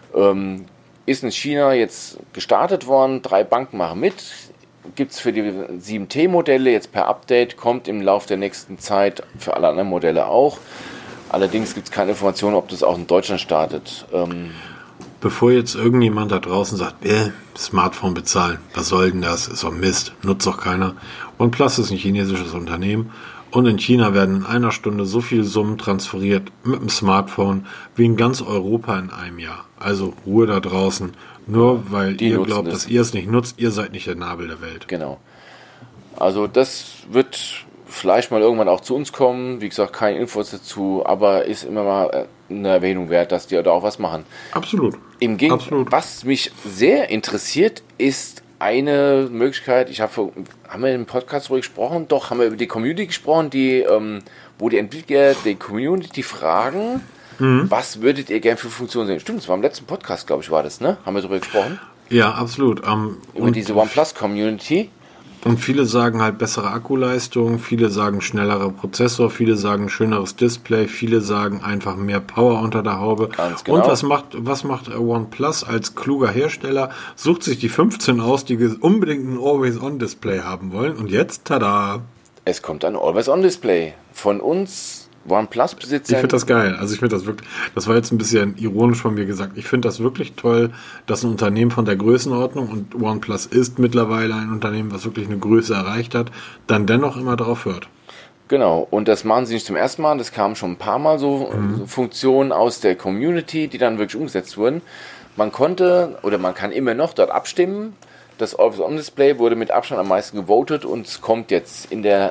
Ist in China jetzt gestartet worden, 3 Banken machen mit. Gibt es für die 7T-Modelle jetzt per Update, kommt im Laufe der nächsten Zeit für alle anderen Modelle auch. Allerdings gibt es keine Information, ob das auch in Deutschland startet. Bevor jetzt irgendjemand da draußen sagt, Smartphone bezahlen, was soll denn das? Ist doch Mist, nutzt doch keiner. OnePlus ist ein chinesisches Unternehmen und in China werden in einer Stunde so viele Summen transferiert mit dem Smartphone wie in ganz Europa in einem Jahr. Also Ruhe da draußen. Nur weil ihr glaubt, dass ihr es nicht nutzt, ihr seid nicht der Nabel der Welt. Genau. Also das wird vielleicht mal irgendwann auch zu uns kommen. Wie gesagt, keine Infos dazu, aber ist immer mal eine Erwähnung wert, dass die da auch was machen. Absolut. Im Gegenteil, was mich sehr interessiert, ist eine Möglichkeit, haben wir im Podcast darüber gesprochen? Doch, haben wir über die Community gesprochen, wo die Entwickler die Community fragen, Was würdet ihr gerne für Funktionen sehen? Stimmt, das war im letzten Podcast, glaube ich, war das, ne? Haben wir darüber gesprochen? Ja, absolut. Über diese OnePlus-Community. Und viele sagen halt bessere Akkuleistung, viele sagen schnellerer Prozessor, viele sagen schöneres Display, viele sagen einfach mehr Power unter der Haube. Ganz genau. Und was macht OnePlus als kluger Hersteller? Sucht sich die 15 aus, die unbedingt ein Always-On-Display haben wollen. Und jetzt, tada! Es kommt ein Always-On-Display von uns OnePlus-Besitzer. Ich finde das geil. Also ich finde das wirklich, das war jetzt ein bisschen ironisch von mir gesagt. Ich finde das wirklich toll, dass ein Unternehmen von der Größenordnung, und OnePlus ist mittlerweile ein Unternehmen, was wirklich eine Größe erreicht hat, dann dennoch immer drauf hört. Genau, und das machen sie nicht zum ersten Mal, das kamen schon ein paar Mal so Funktionen aus der Community, die dann wirklich umgesetzt wurden. Man konnte, oder man kann immer noch dort abstimmen. Das Always-On-Display wurde mit Abstand am meisten gewotet und es kommt jetzt in der,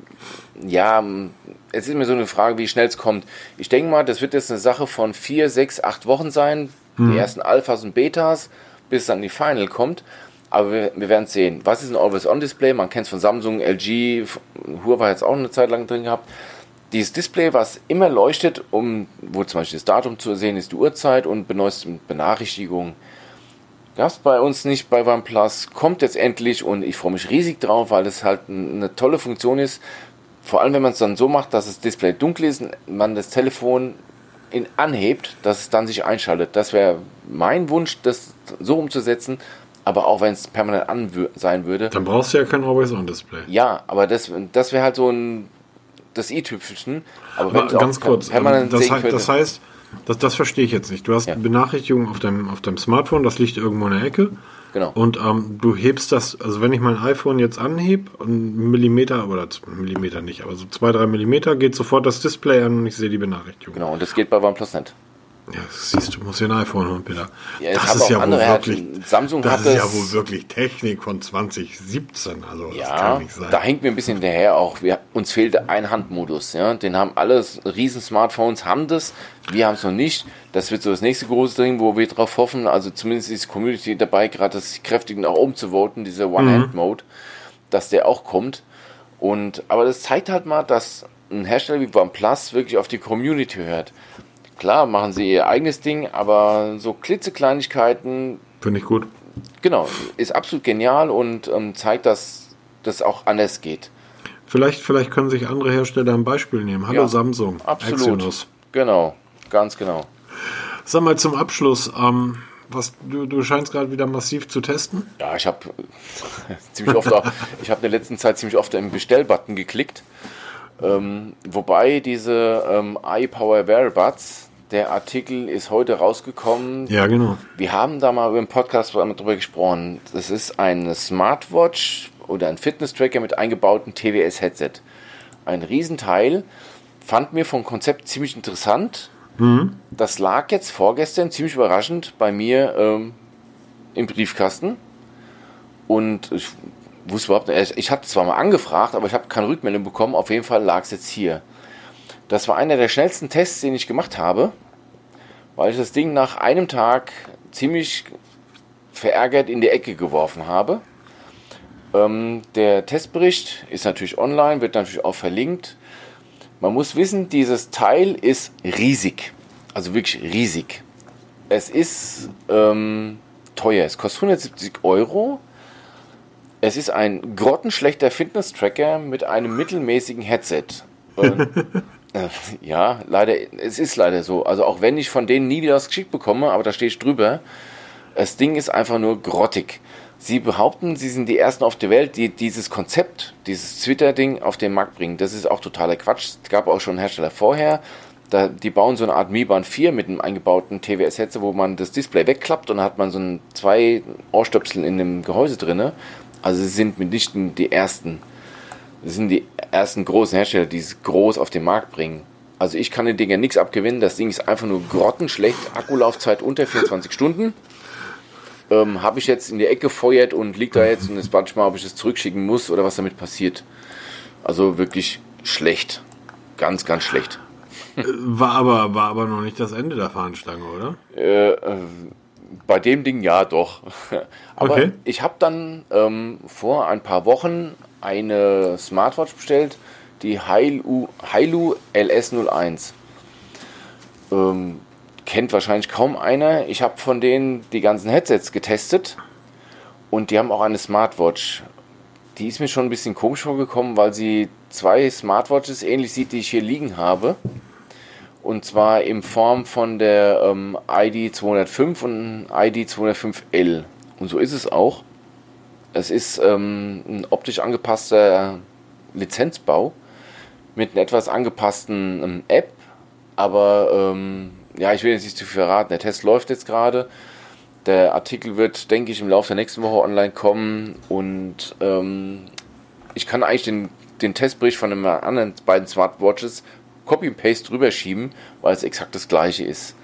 ja, es ist mir so eine Frage, wie schnell es kommt. Ich denke mal, das wird jetzt eine Sache von 4, 6, 8 Wochen sein, die ersten Alphas und Betas, bis es dann die Final kommt. Aber wir werden es sehen. Was ist ein Always-On-Display? Man kennt es von Samsung, LG, Huawei hat es auch eine Zeit lang drin gehabt. Dieses Display, was immer leuchtet, wo zum Beispiel das Datum zu sehen ist, die Uhrzeit und Benachrichtigungen. Gab es bei uns nicht bei OnePlus, kommt jetzt endlich und ich freue mich riesig drauf, weil es halt eine tolle Funktion ist. Vor allem, wenn man es dann so macht, dass das Display dunkel ist, man das Telefon anhebt, dass es dann sich einschaltet. Das wäre mein Wunsch, das so umzusetzen, aber auch wenn es permanent sein würde. Dann brauchst du ja kein Always-On-Display. Ja, aber das wäre halt so das i-Tüpfelchen. Aber wenn es ganz auch kurz, permanent das heißt, das verstehe ich jetzt nicht. Du hast Benachrichtigungen auf deinem Smartphone, das liegt irgendwo in der Ecke. Genau. Und du hebst das, also wenn ich mein iPhone jetzt anhebe, einen Millimeter, oder Millimeter nicht, aber so 2-3 Millimeter, geht sofort das Display an und ich sehe die Benachrichtigung. Genau, und das geht bei OnePlus nicht. Ja, siehst du, musst dir ein iPhone holen, Peter. Ja, das ist ja wohl wirklich, Samsung das hat ist ja wohl wirklich Technik von 2017, also das kann nicht sein. Da hängt mir ein bisschen hinterher auch. Uns fehlt ein Handmodus. Ja? Den haben alle Riesen-Smartphones, haben das. Wir haben es noch nicht. Das wird so das nächste große Ding, wo wir drauf hoffen. Also zumindest ist die Community dabei, gerade das kräftig nach oben zu voten, dieser One-Hand-Mode, dass der auch kommt. Aber das zeigt halt mal, dass ein Hersteller wie OnePlus wirklich auf die Community hört. Klar, machen sie ihr eigenes Ding, aber so klitzekleinigkeiten... Finde ich gut. Genau, ist absolut genial und zeigt, dass das auch anders geht. Vielleicht können sich andere Hersteller ein Beispiel nehmen. Hallo, ja, Samsung. Absolut. Exynos. Genau, ganz genau. Sag mal zum Abschluss, du scheinst gerade wieder massiv zu testen? Ja, ich habe ziemlich oft ich habe in der letzten Zeit ziemlich oft im Bestellbutton geklickt. Wobei diese iPower Wearabuds, der Artikel ist heute rausgekommen. Ja, genau. Wir haben da mal über den Podcast drüber gesprochen. Das ist eine Smartwatch oder ein Fitness-Tracker mit eingebautem TWS-Headset. Ein Riesenteil. Fand mir vom Konzept ziemlich interessant. Das lag jetzt vorgestern ziemlich überraschend bei mir im Briefkasten. Und ich wusste überhaupt nicht, ich hatte zwar mal angefragt, aber ich habe keine Rückmeldung bekommen. Auf jeden Fall lag es jetzt hier. Das war einer der schnellsten Tests, den ich gemacht habe, weil ich das Ding nach einem Tag ziemlich verärgert in die Ecke geworfen habe. Der Testbericht ist natürlich online, wird natürlich auch verlinkt. Man muss wissen, dieses Teil ist riesig, also wirklich riesig. Es ist teuer, es kostet 170 €. Es ist ein grottenschlechter Fitness-Tracker mit einem mittelmäßigen Headset. Ja, leider, es ist leider so. Also auch wenn ich von denen nie wieder was geschickt bekomme, aber da stehe ich drüber, das Ding ist einfach nur grottig. Sie behaupten, sie sind die Ersten auf der Welt, die dieses Konzept, dieses Twitter-Ding auf den Markt bringen. Das ist auch totaler Quatsch. Es gab auch schon Hersteller vorher. Die bauen so eine Art Mi Band 4 mit einem eingebauten TWS-Headset, wo man das Display wegklappt und dann hat man so 2 Ohrstöpsel in dem Gehäuse drin. Also sie sind mitnichten die Ersten. Das sind die ersten großen Hersteller, die es groß auf den Markt bringen. Also ich kann den Dinger nichts abgewinnen. Das Ding ist einfach nur grottenschlecht. Akkulaufzeit unter 24 Stunden. Habe ich jetzt in die Ecke gefeuert und liegt da jetzt und jetzt warte ich mal, ob ich es zurückschicken muss oder was damit passiert. Also wirklich schlecht. Ganz, ganz schlecht. War aber noch nicht das Ende der Fahnenstange, oder? Bei dem Ding ja, doch. Aber okay. Ich habe dann vor ein paar Wochen eine Smartwatch bestellt, die Hailu LS01. Kennt wahrscheinlich kaum einer. Ich habe von denen die ganzen Headsets getestet und die haben auch eine Smartwatch. Die ist mir schon ein bisschen komisch vorgekommen, weil sie 2 Smartwatches ähnlich sieht, die ich hier liegen habe. Und zwar in Form von der ID 205 und ID 205L. Und so ist es auch. Es ist ein optisch angepasster Lizenzbau mit einer etwas angepassten App. Aber ja, ich will jetzt nicht zu viel verraten. Der Test läuft jetzt gerade. Der Artikel wird, denke ich, im Laufe der nächsten Woche online kommen. Und ich kann eigentlich den Testbericht von den anderen beiden Smartwatches Copy and Paste drüber schieben, weil es exakt das gleiche ist.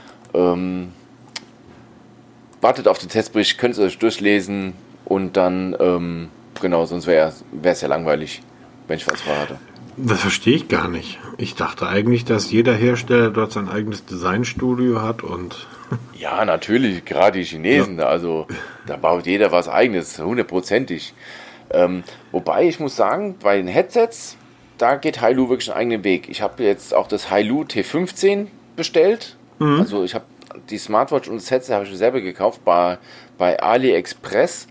Wartet auf den Testbericht, könnt ihr euch durchlesen und dann, genau, sonst wäre es ja langweilig, wenn ich was verrate. Das verstehe ich gar nicht. Ich dachte eigentlich, dass jeder Hersteller dort sein eigenes Designstudio hat und... Ja, natürlich, gerade die Chinesen, ja. Also da baut jeder was Eigenes, 100%ig. Wobei, ich muss sagen, bei den Headsets, da geht Hailu wirklich einen eigenen Weg. Ich habe jetzt auch das Hailu T15 bestellt. Also ich habe die Smartwatch und das Headset habe ich mir selber gekauft bei AliExpress,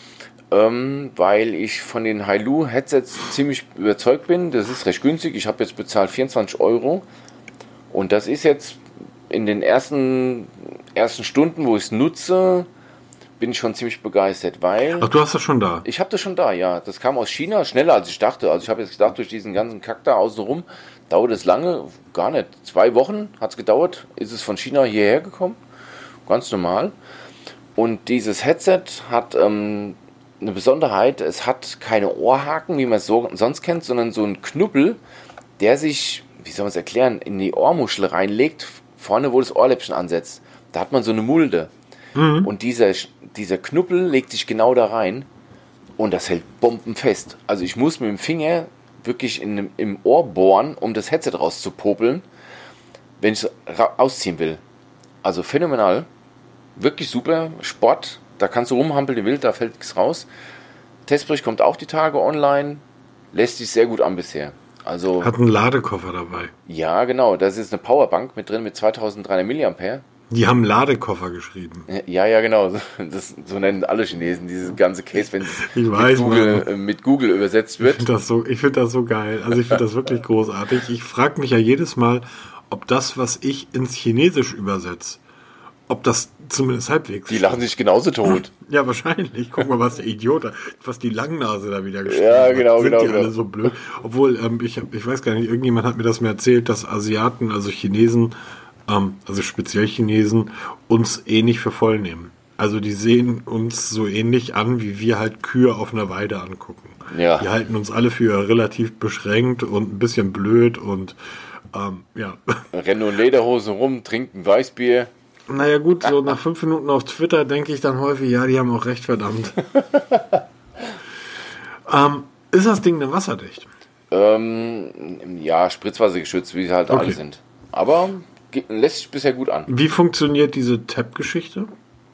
weil ich von den Hailu Headsets ziemlich überzeugt bin. Das ist recht günstig. Ich habe jetzt bezahlt 24 € und das ist jetzt in den ersten Stunden, wo ich es nutze, bin ich schon ziemlich begeistert, weil... Ach, du hast das schon da? Ich habe das schon da, ja. Das kam aus China, schneller als ich dachte. Also ich habe jetzt gedacht, durch diesen ganzen Kack da außenrum dauert es lange, gar nicht. 2 Wochen hat es gedauert, ist es von China hierher gekommen. Ganz normal. Und dieses Headset hat eine Besonderheit, es hat keine Ohrhaken, wie man es sonst kennt, sondern so ein Knubbel, der sich, wie soll man es erklären, in die Ohrmuschel reinlegt, vorne, wo das Ohrläppchen ansetzt. Da hat man so eine Mulde. Und dieser Knubbel legt sich genau da rein und das hält bombenfest. Also ich muss mit dem Finger wirklich im Ohr bohren, um das Headset rauszupopeln, wenn ich es ausziehen will. Also phänomenal. Wirklich super. Sport. Da kannst du rumhampeln, wie wild, da fällt nichts raus. Testbericht kommt auch die Tage online. Lässt sich sehr gut an bisher. Also, hat einen Ladekoffer dabei. Ja, genau. Das ist eine Powerbank mit drin mit 2300 mAh. Die haben Ladekoffer geschrieben. Ja, genau. So nennen alle Chinesen dieses ganze Case, wenn es mit Google übersetzt wird. Ich finde das so geil. Also ich finde das wirklich großartig. Ich frage mich ja jedes Mal, ob das, was ich ins Chinesisch übersetze, ob das zumindest halbwegs... Die lachen sich genauso tot. Ja, wahrscheinlich. Guck mal, was der Idiot, was die Langnase da wieder geschrieben hat. Ja, genau, Sind die genau. alle so blöd. Obwohl, ich weiß gar nicht, irgendjemand hat mir das mal erzählt, dass Asiaten, also Chinesen, also speziell Chinesen, uns ähnlich für voll nehmen. Also die sehen uns so ähnlich an, wie wir halt Kühe auf einer Weide angucken. Ja. Die halten uns alle für relativ beschränkt und ein bisschen blöd und ja. Rennen in Lederhosen rum, trinken Weißbier. Naja gut, so nach 5 Minuten auf Twitter denke ich dann häufig, ja, die haben auch recht, verdammt. Ist das Ding denn wasserdicht? Ja, spritzwassergeschützt, wie sie halt alle sind. Aber lässt sich bisher gut an. Wie funktioniert diese Tab-Geschichte?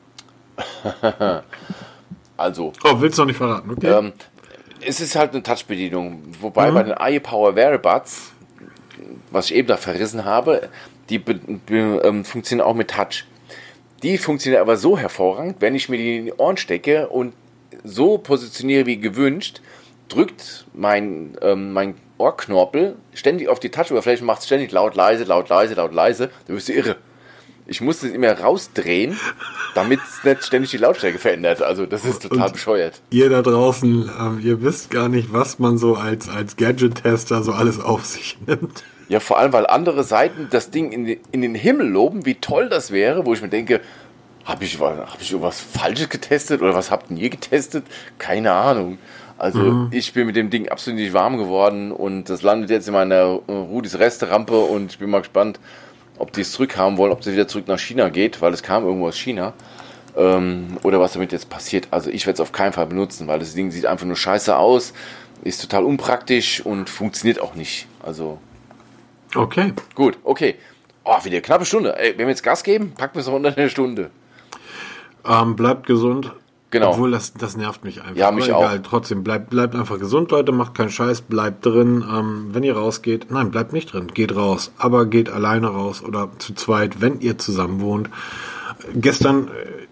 Also. Oh, willst du noch nicht verraten, okay? Es ist halt eine Touch-Bedienung. Wobei bei den iPower Wearabuds, was ich eben da verrissen habe, die funktionieren auch mit Touch. Die funktionieren aber so hervorragend, wenn ich mir die in die Ohren stecke und so positioniere wie gewünscht, drückt mein Ohrknorpel ständig auf die Touch-Oberfläche und macht es ständig laut, leise, laut, leise, laut, leise. Da wirst du irre. Ich muss das immer rausdrehen, damit es nicht ständig die Lautstärke verändert. Also das ist total bescheuert. Ihr da draußen, ihr wisst gar nicht, was man so als Gadget-Tester so alles auf sich nimmt. Ja, vor allem, weil andere Seiten das Ding in den Himmel loben, wie toll das wäre, wo ich mir denke, habe ich irgendwas Falsches getestet oder was habt ihr getestet? Keine Ahnung. Also ich bin mit dem Ding absolut nicht warm geworden und das landet jetzt in meiner Rudis Resterampe und ich bin mal gespannt, ob die es zurückhaben wollen, ob sie wieder zurück nach China geht, weil es kam irgendwo aus China. Oder was damit jetzt passiert. Also ich werde es auf keinen Fall benutzen, weil das Ding sieht einfach nur scheiße aus, ist total unpraktisch und funktioniert auch nicht. Also okay. Gut, okay. Oh, wieder eine knappe Stunde. Ey, wenn wir jetzt Gas geben, packen wir es noch unter eine Stunde. Bleibt gesund. Genau. Obwohl, das nervt mich einfach. Ja, mich aber egal, auch. trotzdem, bleibt einfach gesund, Leute, macht keinen Scheiß, bleibt drin. Wenn ihr rausgeht, nein, bleibt nicht drin, geht raus. Aber geht alleine raus oder zu zweit, wenn ihr zusammen wohnt. Gestern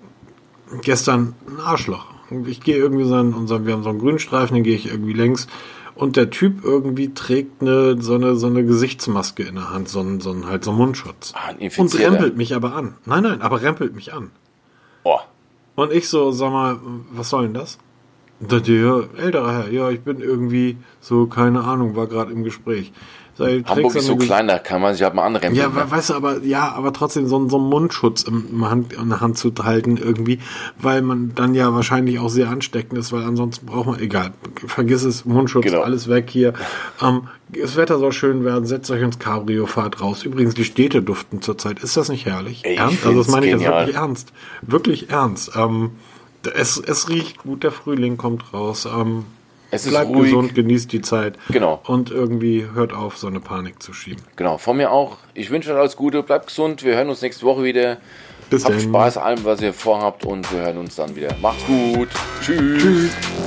ein Arschloch. Ich gehe irgendwie wir haben so einen Grünstreifen, den gehe ich irgendwie längs. Und der Typ irgendwie trägt so eine Gesichtsmaske in der Hand, so einen Mundschutz. Ein Und Infizierter. rempelt mich aber an. Nein, aber rempelt mich an. Oh. Und ich so, sag mal, was soll denn das? Und sagt ja, älterer Herr, ja, ich bin irgendwie so, keine Ahnung, war gerade im Gespräch. Sag, Hamburg ist so klein, da kann man sich halt mal anrempeln. Ja, ne? weißt du, aber trotzdem so einen Mundschutz in der Hand zu halten irgendwie, weil man dann ja wahrscheinlich auch sehr ansteckend ist, weil ansonsten braucht man, egal, vergiss es, Mundschutz, Genau. alles weg hier. Das Wetter soll schön werden, setzt euch ins Cabrio, fahrt raus. Übrigens, die Städte duften zurzeit. Ist das nicht herrlich? Ey, ich ernst? Also das find's meine ich jetzt genial. wirklich ernst. Wirklich ernst. Es riecht gut, der Frühling kommt raus. Es ist Bleibt ruhig. gesund, genießt die Zeit. Genau. Und irgendwie hört auf, so eine Panik zu schieben. Genau, von mir auch. Ich wünsche euch alles Gute, bleibt gesund. Wir hören uns nächste Woche wieder. Bis Habt dann. Spaß an allem, was ihr vorhabt und wir hören uns dann wieder. Macht's gut. Tschüss. Tschüss.